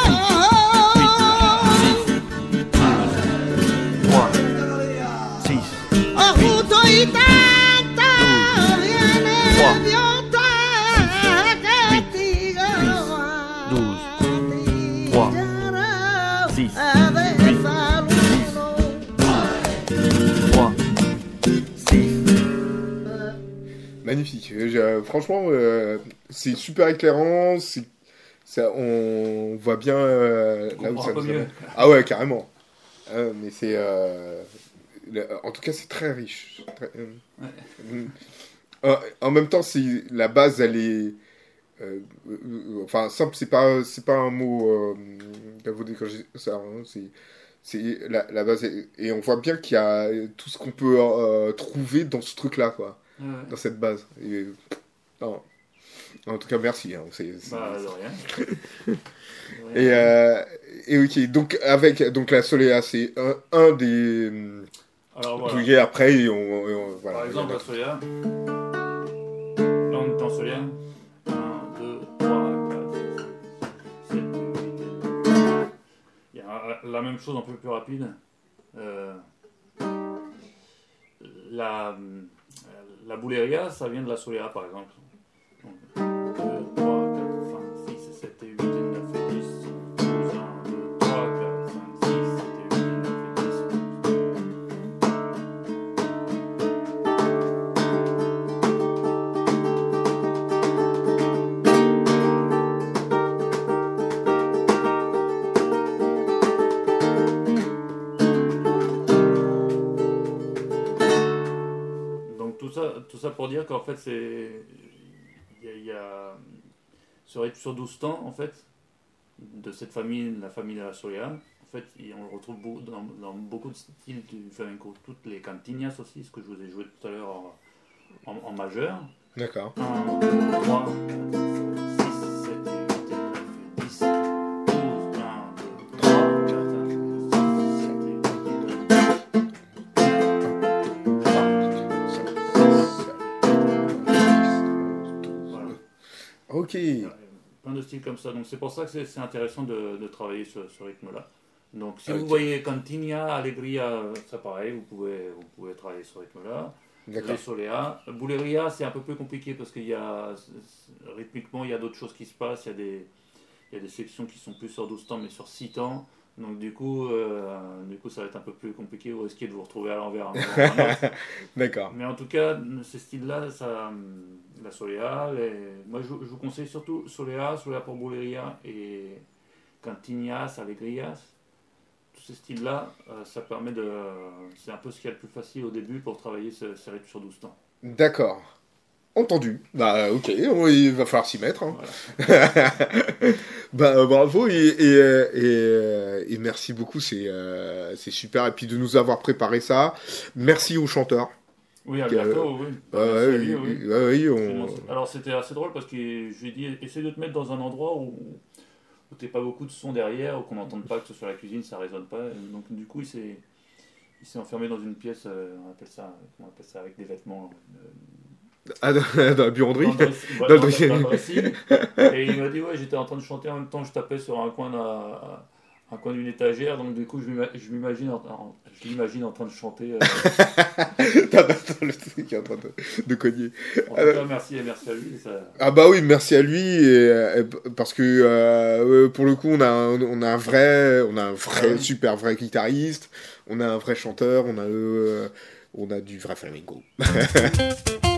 trois, six, Oh, justo y tanto, viene Trois. Dios te castiga. douze, Trois. Six. trois, six. Magnifique. Je- franchement, euh, c'est super éclairant. C'est, ça, on voit bien euh, là où comprend ça un peu nous mieux. amène. Ah ouais, carrément. Euh, mais c'est, euh, le- en tout cas, c'est très riche. Très- euh, mm. Euh, en même temps, c'est la base, elle est, euh, euh, enfin simple. C'est pas, c'est pas un mot euh, galvaudé quand je dis ça. Hein, c'est, c'est la, la base, est- et on voit bien qu'il y a tout ce qu'on peut euh, trouver dans ce truc-là, quoi. Ouais, ouais. Dans cette base. Et, non. En tout cas, merci. Hein, c'est, c'est- Bah, de rien. De rien. Et, euh, et ok, donc avec donc la Solea, c'est un, un des Alors voilà. douillets après, et on, et on- voilà. Par exemple, la Solia. Là, on est en Solia. un, deux, trois, quatre, cinq, sept, huit. Il y a la même chose un peu plus rapide. Euh, la, la Bouleria, ça vient de la Solia, par exemple. Donc, deux, trois, quatre, cinq, six, sept, huit, neuf, dix, douze, un, deux, trois, quatre, cinq, six, sept, huit, neuf, dix. Donc tout ça, tout ça pour dire qu'en fait c'est, il y a, il y a ce rythme sur douze temps en fait de cette famille, la famille de la Soria. En fait, il- on le retrouve beau- dans, dans beaucoup de styles du flamenco, toutes les cantinas aussi, ce que je vous ai joué tout à l'heure en, en- en majeur. D'accord. un, deux, trois, quatre, cinq, six, sept, huit, neuf, dix, douze, un, deux, trois, quatre, cinq, six, sept, huit, voilà. Ok. Il y a plein de styles comme ça. Donc c'est pour ça que c'est c'est intéressant de, de travailler ce, ce rythme-là. Donc si Ok. vous voyez Cantigna, Allegria, c'est pareil, vous pouvez, vous pouvez travailler ce rythme-là. D'accord. Les Soléa. Bouleria, c'est un peu plus compliqué parce qu'il y a, rythmiquement, il y a d'autres choses qui se passent. Il y a des, il y a des sections qui sont plus sur douze temps, mais sur six temps. Donc du coup, euh, du coup, ça va être un peu plus compliqué. Vous risquez de vous retrouver à l'envers. un moment ou un autre. D'accord. Mais en tout cas, ces styles-là, ça, la Soléa, les... moi je, je vous conseille surtout Soléa, Soléa pour Bouleria et Cantignas, Alegrias. Tous ces styles-là, euh, ça permet de. C'est un peu ce qu'il y a de plus facile au début pour travailler ce, ce rythme sur douze temps. D'accord. Entendu. Bah ok, on- il va falloir s'y mettre. Hein. Voilà. Bah euh, bravo et, et, euh, et, euh, et merci beaucoup, c'est euh, c'est super. Et puis de nous avoir préparé ça. Merci aux chanteurs. Oui, Alberto, oui. Ouais, Merci à ouais, lui, oui, oui. ouais, oui, on... Alors c'était assez drôle parce que je lui ai dit essaye de te mettre dans un endroit où, écoutait pas beaucoup de son derrière, ou qu'on n'entende pas, que ce soit la cuisine, ça résonne pas. Et donc du coup, il s'est, il s'est enfermé dans une pièce, euh, on appelle ça, comment on appelle ça, avec des vêtements. Euh, Ah, dans, dans la buanderie. dans le dressing, Dans dans le le- dressing. dans le dressing. Et il m'a dit, ouais, j'étais en train de chanter en même temps, je tapais sur un coin d'un, un coin d'une étagère, donc du coup, je m'ima- je m'imagine en, en- je l'imagine en train de chanter. Euh, T'as pas le truc qui est en train de, de cogner. en tout cas, merci et merci à lui. et ça- Ah bah oui, merci à lui, et, et parce que euh, pour le coup, on a, un, on a un vrai, on a un vrai, Ah oui. super vrai guitariste, on a un vrai chanteur, on a, euh, on a du vrai flamenco.